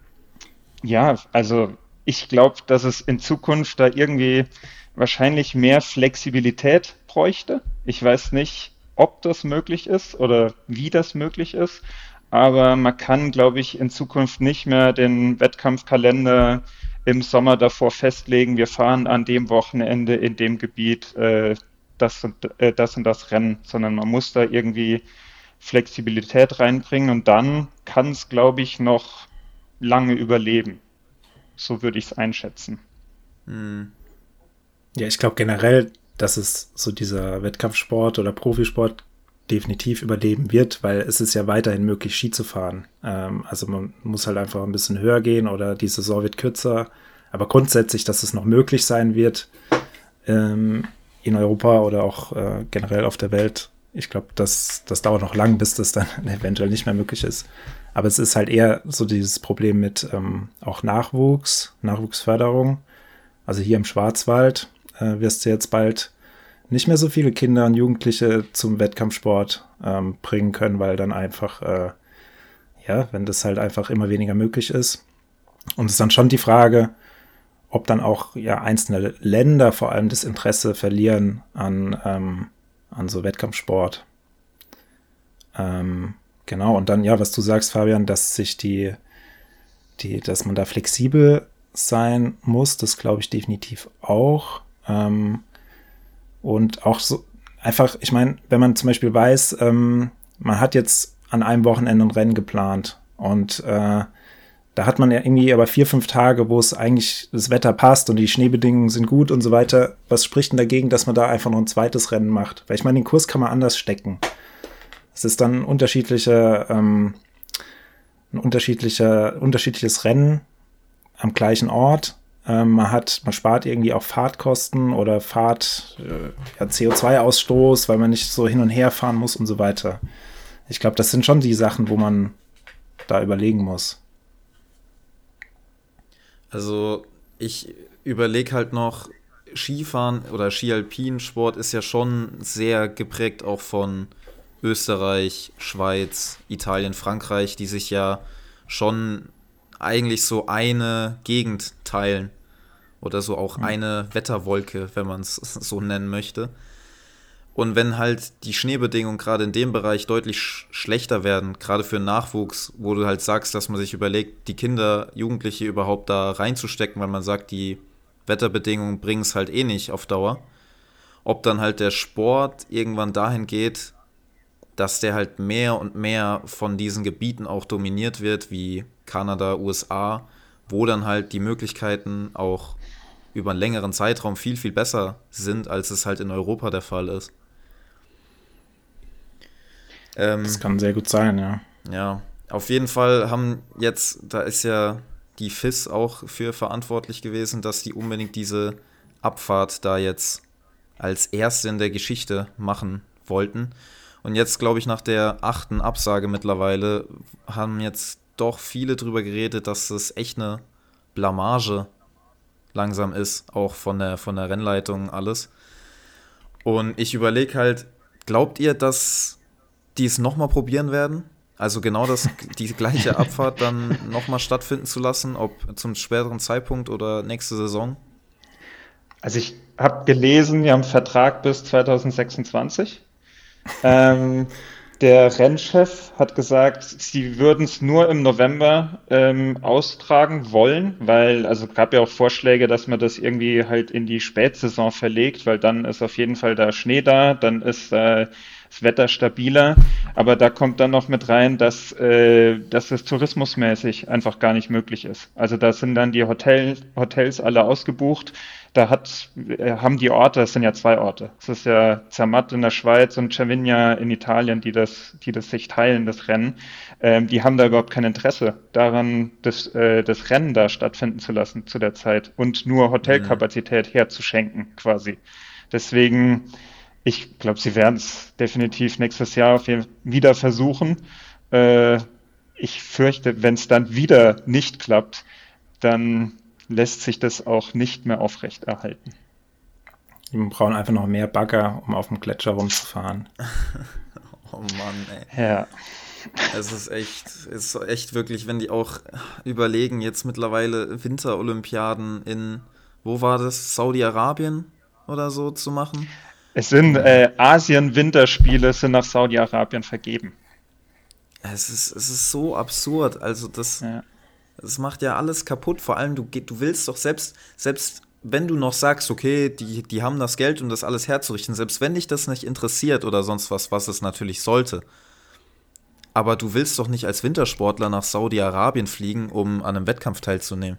ja, also ich glaube, dass es in Zukunft da irgendwie wahrscheinlich mehr Flexibilität bräuchte. Ich weiß nicht, ob das möglich ist oder wie das möglich ist, aber man kann, glaube ich, in Zukunft nicht mehr den Wettkampfkalender im Sommer davor festlegen, wir fahren an dem Wochenende in dem Gebiet äh, das und, äh, das und das Rennen, sondern man muss da irgendwie Flexibilität reinbringen und dann kann es, glaube ich, noch lange überleben. So würde ich es einschätzen. Hm. Ja, ich glaube generell, dass es so dieser Wettkampfsport oder Profisport definitiv überleben wird, weil es ist ja weiterhin möglich, Ski zu fahren. Ähm, also man muss halt einfach ein bisschen höher gehen oder die Saison wird kürzer. Aber grundsätzlich, dass es noch möglich sein wird, ähm, in Europa oder auch äh, generell auf der Welt, ich glaube, das, das dauert noch lang, bis das dann eventuell nicht mehr möglich ist. Aber es ist halt eher so dieses Problem mit ähm, auch Nachwuchs, Nachwuchsförderung. Also hier im Schwarzwald äh, wirst du jetzt bald nicht mehr so viele Kinder und Jugendliche zum Wettkampfsport ähm, bringen können, weil dann einfach, äh, ja, wenn das halt einfach immer weniger möglich ist. Und es ist dann schon die Frage, ob dann auch ja einzelne Länder vor allem das Interesse verlieren an, ähm, an so Wettkampfsport. Ähm, genau, und dann, ja, was du sagst, Fabian, dass sich die, die, dass man da flexibel sein muss, das glaube ich definitiv auch. Ähm, und auch so einfach, ich meine, wenn man zum Beispiel weiß, ähm, man hat jetzt an einem Wochenende ein Rennen geplant und äh, da hat man ja irgendwie aber vier, fünf Tage, wo es eigentlich das Wetter passt und die Schneebedingungen sind gut und so weiter. Was spricht denn dagegen, dass man da einfach noch ein zweites Rennen macht? Weil ich meine, den Kurs kann man anders stecken. Es ist dann ein unterschiedlicher, ähm, ein unterschiedlicher, unterschiedliches Rennen am gleichen Ort. Ähm, man hat, man spart irgendwie auch Fahrtkosten oder Fahrt, äh, ja, C O zwei Ausstoß, weil man nicht so hin und her fahren muss und so weiter. Ich glaube, das sind schon die Sachen, wo man da überlegen muss. Also ich überlege halt noch, Skifahren oder Ski-Alpin-Sport ist ja schon sehr geprägt auch von Österreich, Schweiz, Italien, Frankreich, die sich ja schon eigentlich so eine Gegend teilen oder so auch eine Wetterwolke, wenn man es so nennen möchte. Und wenn halt die Schneebedingungen gerade in dem Bereich deutlich sch- schlechter werden, gerade für den Nachwuchs, wo du halt sagst, dass man sich überlegt, die Kinder, Jugendliche überhaupt da reinzustecken, weil man sagt, die Wetterbedingungen bringen es halt eh nicht auf Dauer, ob dann halt der Sport irgendwann dahin geht, dass der halt mehr und mehr von diesen Gebieten auch dominiert wird, wie Kanada, U S A, wo dann halt die Möglichkeiten auch über einen längeren Zeitraum viel, viel besser sind, als es halt in Europa der Fall ist. Ähm, das kann sehr gut sein, ja. Ja, auf jeden Fall haben jetzt, da ist ja die F I S auch für verantwortlich gewesen, dass die unbedingt diese Abfahrt da jetzt als erste in der Geschichte machen wollten. Und jetzt, glaube ich, nach der achten Absage mittlerweile haben jetzt doch viele drüber geredet, dass es echt eine Blamage langsam ist, auch von der, von der Rennleitung alles. Und ich überlege halt, glaubt ihr, dass die es nochmal probieren werden? Also genau das, die gleiche Abfahrt dann nochmal stattfinden zu lassen, ob zum späteren Zeitpunkt oder nächste Saison? Also ich habe gelesen, wir haben einen Vertrag bis zwanzig sechsundzwanzig. ähm, der Rennchef hat gesagt, sie würden es nur im November ähm, austragen wollen, weil, also gab ja auch Vorschläge, dass man das irgendwie halt in die Spätsaison verlegt, weil dann ist auf jeden Fall da Schnee da, dann ist äh, das Wetter stabiler, aber da kommt dann noch mit rein, dass, äh, dass es tourismusmäßig einfach gar nicht möglich ist. Also da sind dann die Hotel, Hotels alle ausgebucht. Da hat, äh, haben die Orte, es sind ja zwei Orte. Es ist ja Zermatt in der Schweiz und Cervinia in Italien, die das, die das sich teilen, das Rennen. Ähm, die haben da überhaupt kein Interesse daran, das, äh, das Rennen da stattfinden zu lassen zu der Zeit und nur Hotelkapazität mhm. herzuschenken quasi. Deswegen, ich glaube, sie werden es definitiv nächstes Jahr auf jeden Fall wieder versuchen. Äh, ich fürchte, wenn es dann wieder nicht klappt, dann lässt sich das auch nicht mehr aufrechterhalten. Wir brauchen einfach noch mehr Bagger, um auf dem Gletscher rumzufahren. Oh Mann, ey. Ja. Es ist echt, es ist echt wirklich, wenn die auch überlegen, jetzt mittlerweile Winterolympiaden in, wo war das, Saudi-Arabien oder so zu machen? Es sind äh, Asien-Winterspiele, sind nach Saudi-Arabien vergeben. Es ist, es ist so absurd, also das... Ja. Das macht ja alles kaputt, vor allem du, du willst doch selbst, selbst wenn du noch sagst, okay, die, die haben das Geld, um das alles herzurichten, selbst wenn dich das nicht interessiert oder sonst was, was es natürlich sollte, aber du willst doch nicht als Wintersportler nach Saudi-Arabien fliegen, um an einem Wettkampf teilzunehmen.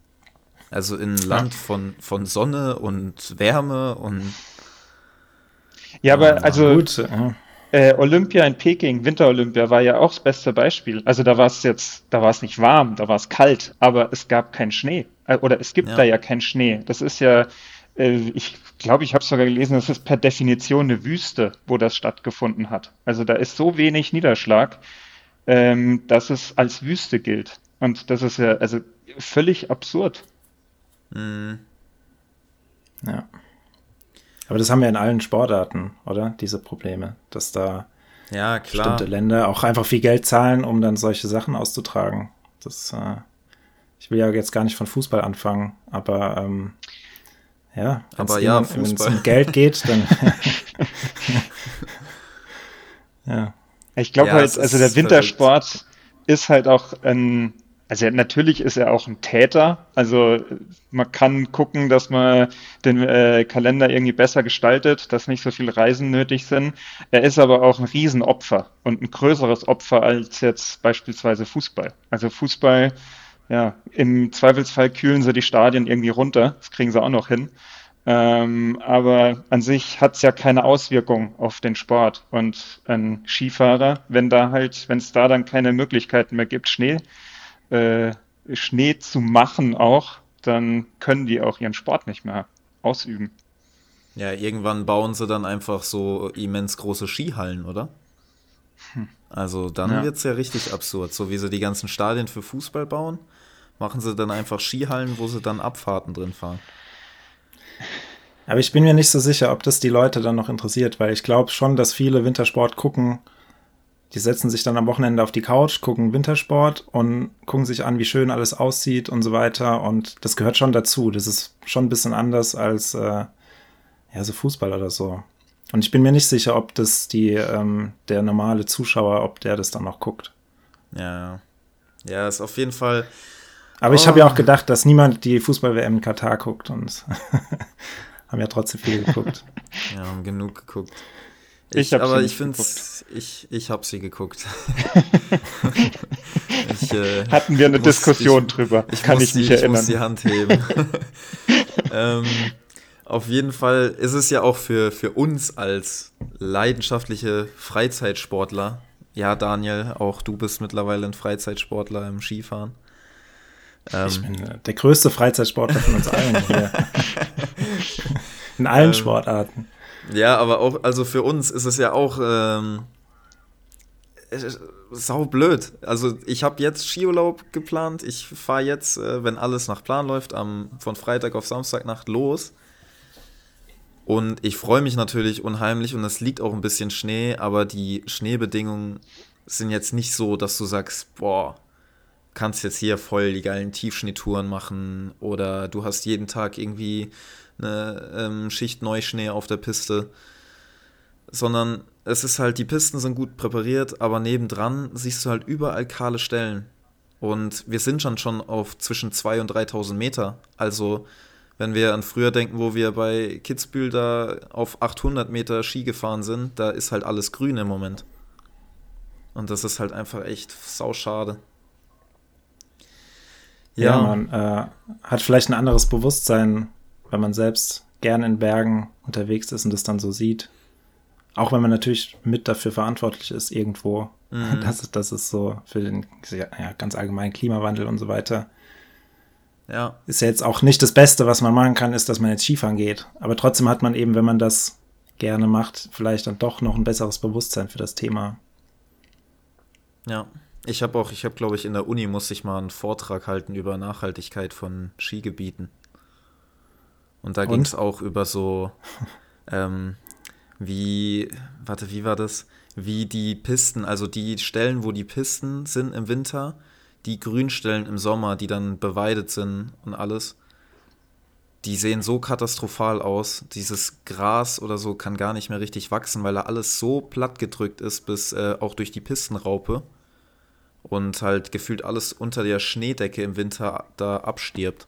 Also in ein Land von, von Sonne und Wärme und... Ja, aber also... Gut, ja. Äh, Olympia in Peking, Winterolympia, war ja auch das beste Beispiel. Also da war es jetzt, da war es nicht warm, da war es kalt, aber es gab keinen Schnee. Äh, oder es gibt Ja. da ja keinen Schnee. Das ist ja, äh, ich glaube, ich habe sogar gelesen, das ist per Definition eine Wüste, wo das stattgefunden hat. Also da ist so wenig Niederschlag, ähm, dass es als Wüste gilt. Und das ist ja also völlig absurd. Mhm. Ja. Aber das haben wir in allen Sportarten, oder? Diese Probleme, dass da Ja, klar. bestimmte Länder auch einfach viel Geld zahlen, um dann solche Sachen auszutragen. Das, äh, ich will ja jetzt gar nicht von Fußball anfangen, aber ähm, ja, Aber ja, wenn es Fußball. um Geld geht, dann ja. Ich glaube Ja, halt, es also ist der Wintersport ist halt auch ein, also natürlich ist er auch ein Täter. Also man kann gucken, dass man den äh, Kalender irgendwie besser gestaltet, dass nicht so viele Reisen nötig sind. Er ist aber auch ein Riesenopfer und ein größeres Opfer als jetzt beispielsweise Fußball. Also Fußball, ja, im Zweifelsfall kühlen sie die Stadien irgendwie runter. Das kriegen sie auch noch hin. Ähm, aber an sich hat es ja keine Auswirkung auf den Sport. Und ein Skifahrer, wenn da halt, wenn es da dann keine Möglichkeiten mehr gibt, Schnee, äh, Schnee zu machen auch, dann können die auch ihren Sport nicht mehr ausüben. Ja, irgendwann bauen sie dann einfach so immens große Skihallen, oder? Also dann Ja. wird es ja richtig absurd. So wie sie die ganzen Stadien für Fußball bauen, machen sie dann einfach Skihallen, wo sie dann Abfahrten drin fahren. Aber ich bin mir nicht so sicher, ob das die Leute dann noch interessiert, weil ich glaube schon, dass viele Wintersport gucken, die setzen sich dann am Wochenende auf die Couch, gucken Wintersport und gucken sich an, wie schön alles aussieht und so weiter. Und das gehört schon dazu. Das ist schon ein bisschen anders als äh, ja, so Fußball oder so. Und ich bin mir nicht sicher, ob das die ähm, der normale Zuschauer, ob der das dann noch guckt. Ja, ja, ist auf jeden Fall. Aber ich Oh. habe ja auch gedacht, dass niemand die Fußball-W M in Katar guckt und haben ja trotzdem viel geguckt. Ja, haben genug geguckt. Ich, ich aber ich finde ich, ich habe sie geguckt. ich, äh, Hatten wir eine muss, Diskussion ich, drüber, ich kann muss ich mich die, erinnern. Ich muss die Hand heben. ähm, auf jeden Fall ist es ja auch für, für uns als leidenschaftliche Freizeitsportler, ja Daniel, auch du bist mittlerweile ein Freizeitsportler im Skifahren. Ähm, ich bin der größte Freizeitsportler von uns allen hier. In allen ähm, Sportarten. Ja, aber auch, also für uns ist es ja auch ähm, sau blöd. Also ich habe jetzt Skiurlaub geplant. Ich fahre jetzt, äh, wenn alles nach Plan läuft, am, von Freitag auf Samstagnacht los. Und ich freue mich natürlich unheimlich und es liegt auch ein bisschen Schnee, aber die Schneebedingungen sind jetzt nicht so, dass du sagst, boah, kannst jetzt hier voll die geilen Tiefschneetouren machen oder du hast jeden Tag irgendwie eine ähm, Schicht Neuschnee auf der Piste, sondern es ist halt, die Pisten sind gut präpariert, aber nebendran siehst du halt überall kahle Stellen und wir sind schon schon auf zwischen zweitausend und dreitausend Meter, also wenn wir an früher denken, wo wir bei Kitzbühel da auf achthundert Meter Ski gefahren sind, da ist halt alles grün im Moment und das ist halt einfach echt sauschade. Ja, ja man äh, hat vielleicht ein anderes Bewusstsein, wenn man selbst gern in Bergen unterwegs ist und das dann so sieht. Auch wenn man natürlich mit dafür verantwortlich ist irgendwo. Mhm. Das, ist, das ist so für den ja, ganz allgemeinen Klimawandel und so weiter. Ja. Ist ja jetzt auch nicht das Beste, was man machen kann, ist, dass man jetzt Skifahren geht. Aber trotzdem hat man eben, wenn man das gerne macht, vielleicht dann doch noch ein besseres Bewusstsein für das Thema. Ja. Ich habe auch, ich habe glaube ich in der Uni musste ich mal einen Vortrag halten über Nachhaltigkeit von Skigebieten. Und da ging es auch über so, ähm, wie, warte, wie war das? Wie die Pisten, also die Stellen, wo die Pisten sind im Winter, die Grünstellen im Sommer, die dann beweidet sind und alles, die sehen so katastrophal aus. Dieses Gras oder so kann gar nicht mehr richtig wachsen, weil da alles so platt gedrückt ist, bis äh, auch durch die Pistenraupe. Und halt gefühlt alles unter der Schneedecke im Winter da abstirbt.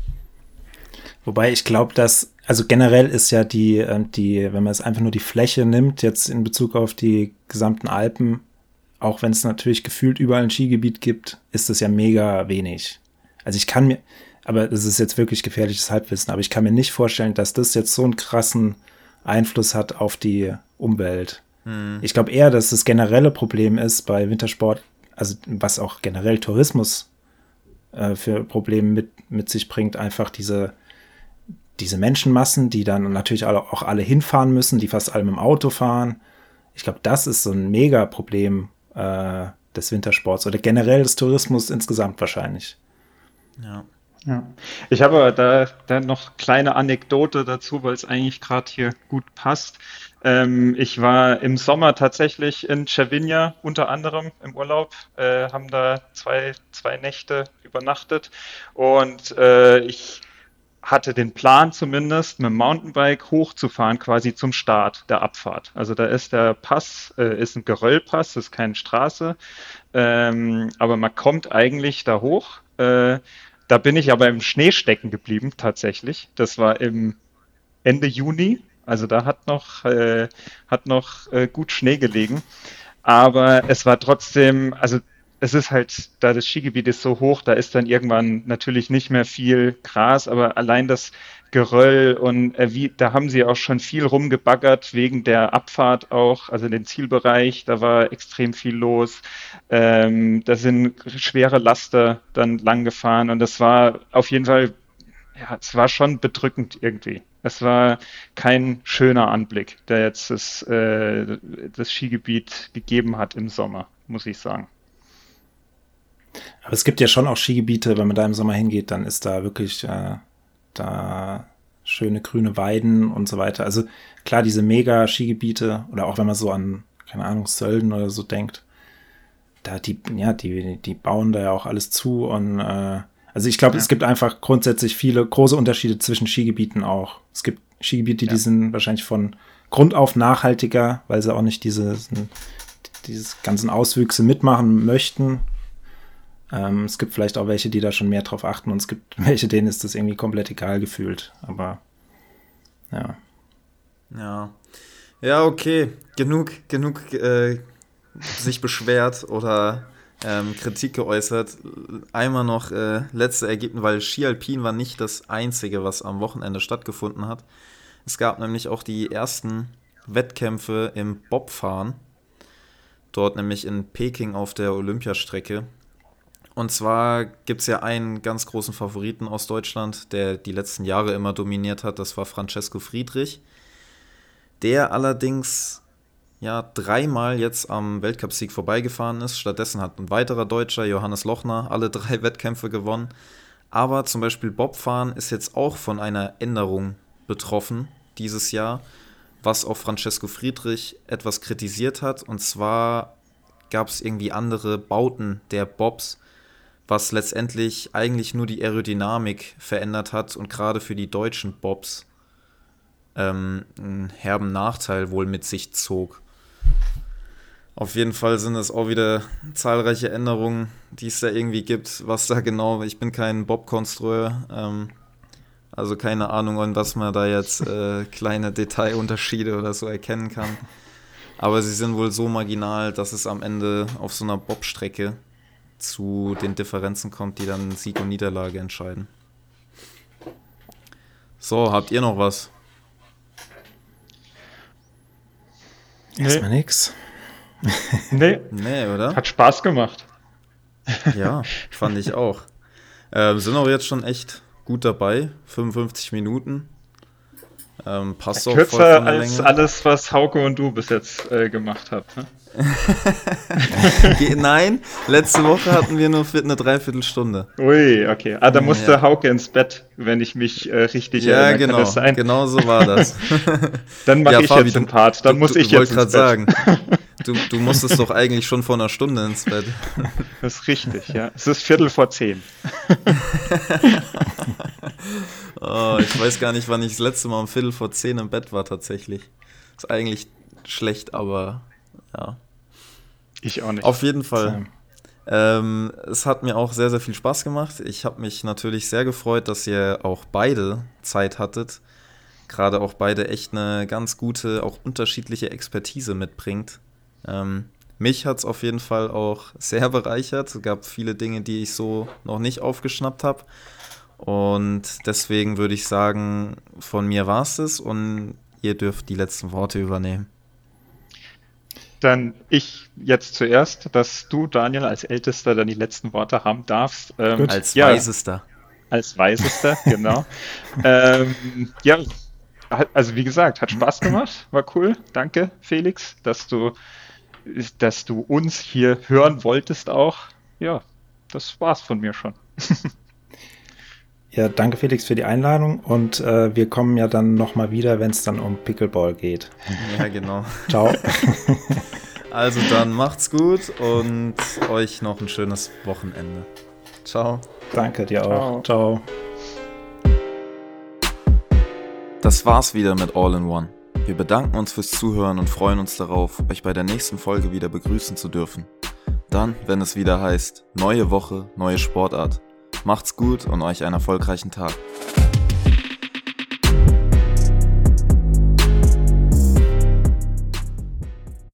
Wobei ich glaube, dass, also generell ist ja die, die, wenn man es einfach nur die Fläche nimmt, jetzt in Bezug auf die gesamten Alpen, auch wenn es natürlich gefühlt überall ein Skigebiet gibt, ist das ja mega wenig. Also ich kann mir, aber das ist jetzt wirklich gefährliches Halbwissen, aber ich kann mir nicht vorstellen, dass das jetzt so einen krassen Einfluss hat auf die Umwelt. Hm. Ich glaube eher, dass das generelle Problem ist bei Wintersport, also was auch generell Tourismus äh, für Probleme mit, mit sich bringt, einfach diese, diese Menschenmassen, die dann natürlich alle, auch alle hinfahren müssen, die fast alle mit dem Auto fahren. Ich glaube, das ist so ein Mega-Problem äh, des Wintersports oder generell des Tourismus insgesamt wahrscheinlich. Ja. Ja. Ich habe da, da noch kleine Anekdote dazu, weil es eigentlich gerade hier gut passt. Ähm, ich war im Sommer tatsächlich in Cervinia unter anderem im Urlaub, äh, haben da zwei, zwei Nächte übernachtet und äh, ich hatte den Plan zumindest, mit dem Mountainbike hochzufahren quasi zum Start der Abfahrt. Also da ist der Pass, äh, ist ein Geröllpass, das ist keine Straße, ähm, aber man kommt eigentlich da hoch. Äh, da bin ich aber im Schnee stecken geblieben tatsächlich. Das war im Ende Juni. Also da hat noch, äh, hat noch äh, gut Schnee gelegen. Aber es war trotzdem, also es ist halt, da das Skigebiet ist so hoch, da ist dann irgendwann natürlich nicht mehr viel Gras, aber allein das Geröll und äh, wie, da haben sie auch schon viel rumgebaggert wegen der Abfahrt auch, also den Zielbereich, da war extrem viel los. Ähm, da sind schwere Laster dann lang gefahren und das war auf jeden Fall, ja, es war schon bedrückend irgendwie. Es war kein schöner Anblick, der jetzt das, äh, das Skigebiet gegeben hat im Sommer, muss ich sagen. Aber es gibt ja schon auch Skigebiete, wenn man da im Sommer hingeht, dann ist da wirklich äh, da schöne grüne Weiden und so weiter. Also klar, diese Mega-Skigebiete oder auch wenn man so an, keine Ahnung, Sölden oder so denkt, da die, ja, die, die bauen da ja auch alles zu und äh, also ich glaube, ja. Es gibt einfach grundsätzlich viele große Unterschiede zwischen Skigebieten auch. Es gibt Skigebiete, die ja. sind wahrscheinlich von Grund auf nachhaltiger, weil sie auch nicht diese, diese ganzen Auswüchse mitmachen möchten. Ähm, es gibt vielleicht auch welche, die da schon mehr drauf achten und es gibt welche, denen ist das irgendwie komplett egal gefühlt. Aber ja. Ja. Ja, okay. Genug, genug äh, sich beschwert oder ähm, Kritik geäußert. Einmal noch äh, letzte Ergebnis, weil Ski Alpin war nicht das Einzige, was am Wochenende stattgefunden hat. Es gab nämlich auch die ersten Wettkämpfe im Bobfahren. Dort nämlich in Peking auf der Olympiastrecke. Und zwar gibt es ja einen ganz großen Favoriten aus Deutschland, der die letzten Jahre immer dominiert hat. Das war Francesco Friedrich. Der allerdings ja dreimal jetzt am Weltcupsieg vorbeigefahren ist. Stattdessen hat ein weiterer Deutscher, Johannes Lochner, alle drei Wettkämpfe gewonnen. Aber zum Beispiel Bobfahren ist jetzt auch von einer Änderung betroffen dieses Jahr, was auch Francesco Friedrich etwas kritisiert hat. Und zwar gab es irgendwie andere Bauten der Bobs, was letztendlich eigentlich nur die Aerodynamik verändert hat und gerade für die deutschen Bobs ähm, einen herben Nachteil wohl mit sich zog. Auf jeden Fall sind es auch wieder zahlreiche Änderungen, die es da irgendwie gibt, was da genau, ich bin kein Bob-Konstrueur, ähm, also keine Ahnung, an was man da jetzt äh, kleine Detailunterschiede oder so erkennen kann. Aber sie sind wohl so marginal, dass es am Ende auf so einer Bobstrecke zu den Differenzen kommt, die dann Sieg und Niederlage entscheiden. So, habt ihr noch was? Nee. Erstmal nix. Nee. Nee, oder? Hat Spaß gemacht. Ja, fand ich auch. Äh, wir sind auch jetzt schon echt gut dabei. fünfundfünfzig Minuten. Ähm, passt auch voll Kürzer von der als Länge. alles, was Hauke und du bis jetzt äh, gemacht habt. Ne? Ge- Nein, letzte Woche hatten wir nur für eine Dreiviertelstunde. Ui, okay. Ah, da musste Ja. Hauke ins Bett, wenn ich mich äh, richtig Ja, erinnere. Kann genau, das sein? genau so war das. Dann mache Ja, ich Fabi, jetzt den du- Part. Dann du, muss du, ich ich wollte jetzt ins gerade Bett. sagen, du, du musstest doch eigentlich schon vor einer Stunde ins Bett. Das ist richtig, ja. Es ist Viertel vor zehn. Oh, ich weiß gar nicht, wann ich das letzte Mal um Viertel vor zehn im Bett war tatsächlich. Ist eigentlich schlecht, aber ja. Ich auch nicht. Auf jeden Fall. Ähm, es hat mir auch sehr, sehr viel Spaß gemacht. Ich habe mich natürlich sehr gefreut, dass ihr auch beide Zeit hattet. Gerade auch beide echt eine ganz gute, auch unterschiedliche Expertise mitbringt. Ähm, mich hat es auf jeden Fall auch sehr bereichert. Es gab viele Dinge, die ich so noch nicht aufgeschnappt habe. Und deswegen würde ich sagen, von mir war es das und ihr dürft die letzten Worte übernehmen. Dann ich jetzt zuerst, dass du, Daniel, als Ältester dann die letzten Worte haben darfst. Ähm, Gut. Als ja, Weisester. als Weisester, genau. ähm, ja, hat- also wie gesagt, hat Spaß gemacht, war cool. Danke, Felix, dass du, dass du uns hier hören wolltest auch. Ja, das war's von mir schon. Ja, danke Felix für die Einladung und äh, wir kommen ja dann nochmal wieder, wenn es dann um Pickleball geht. Ja, genau. Ciao. Also dann macht's gut und euch noch ein schönes Wochenende. Ciao. Danke dir auch. Ciao. Ciao. Das war's wieder mit All in One. Wir bedanken uns fürs Zuhören und freuen uns darauf, euch bei der nächsten Folge wieder begrüßen zu dürfen. Dann, wenn es wieder heißt, neue Woche, neue Sportart. Macht's gut und euch einen erfolgreichen Tag.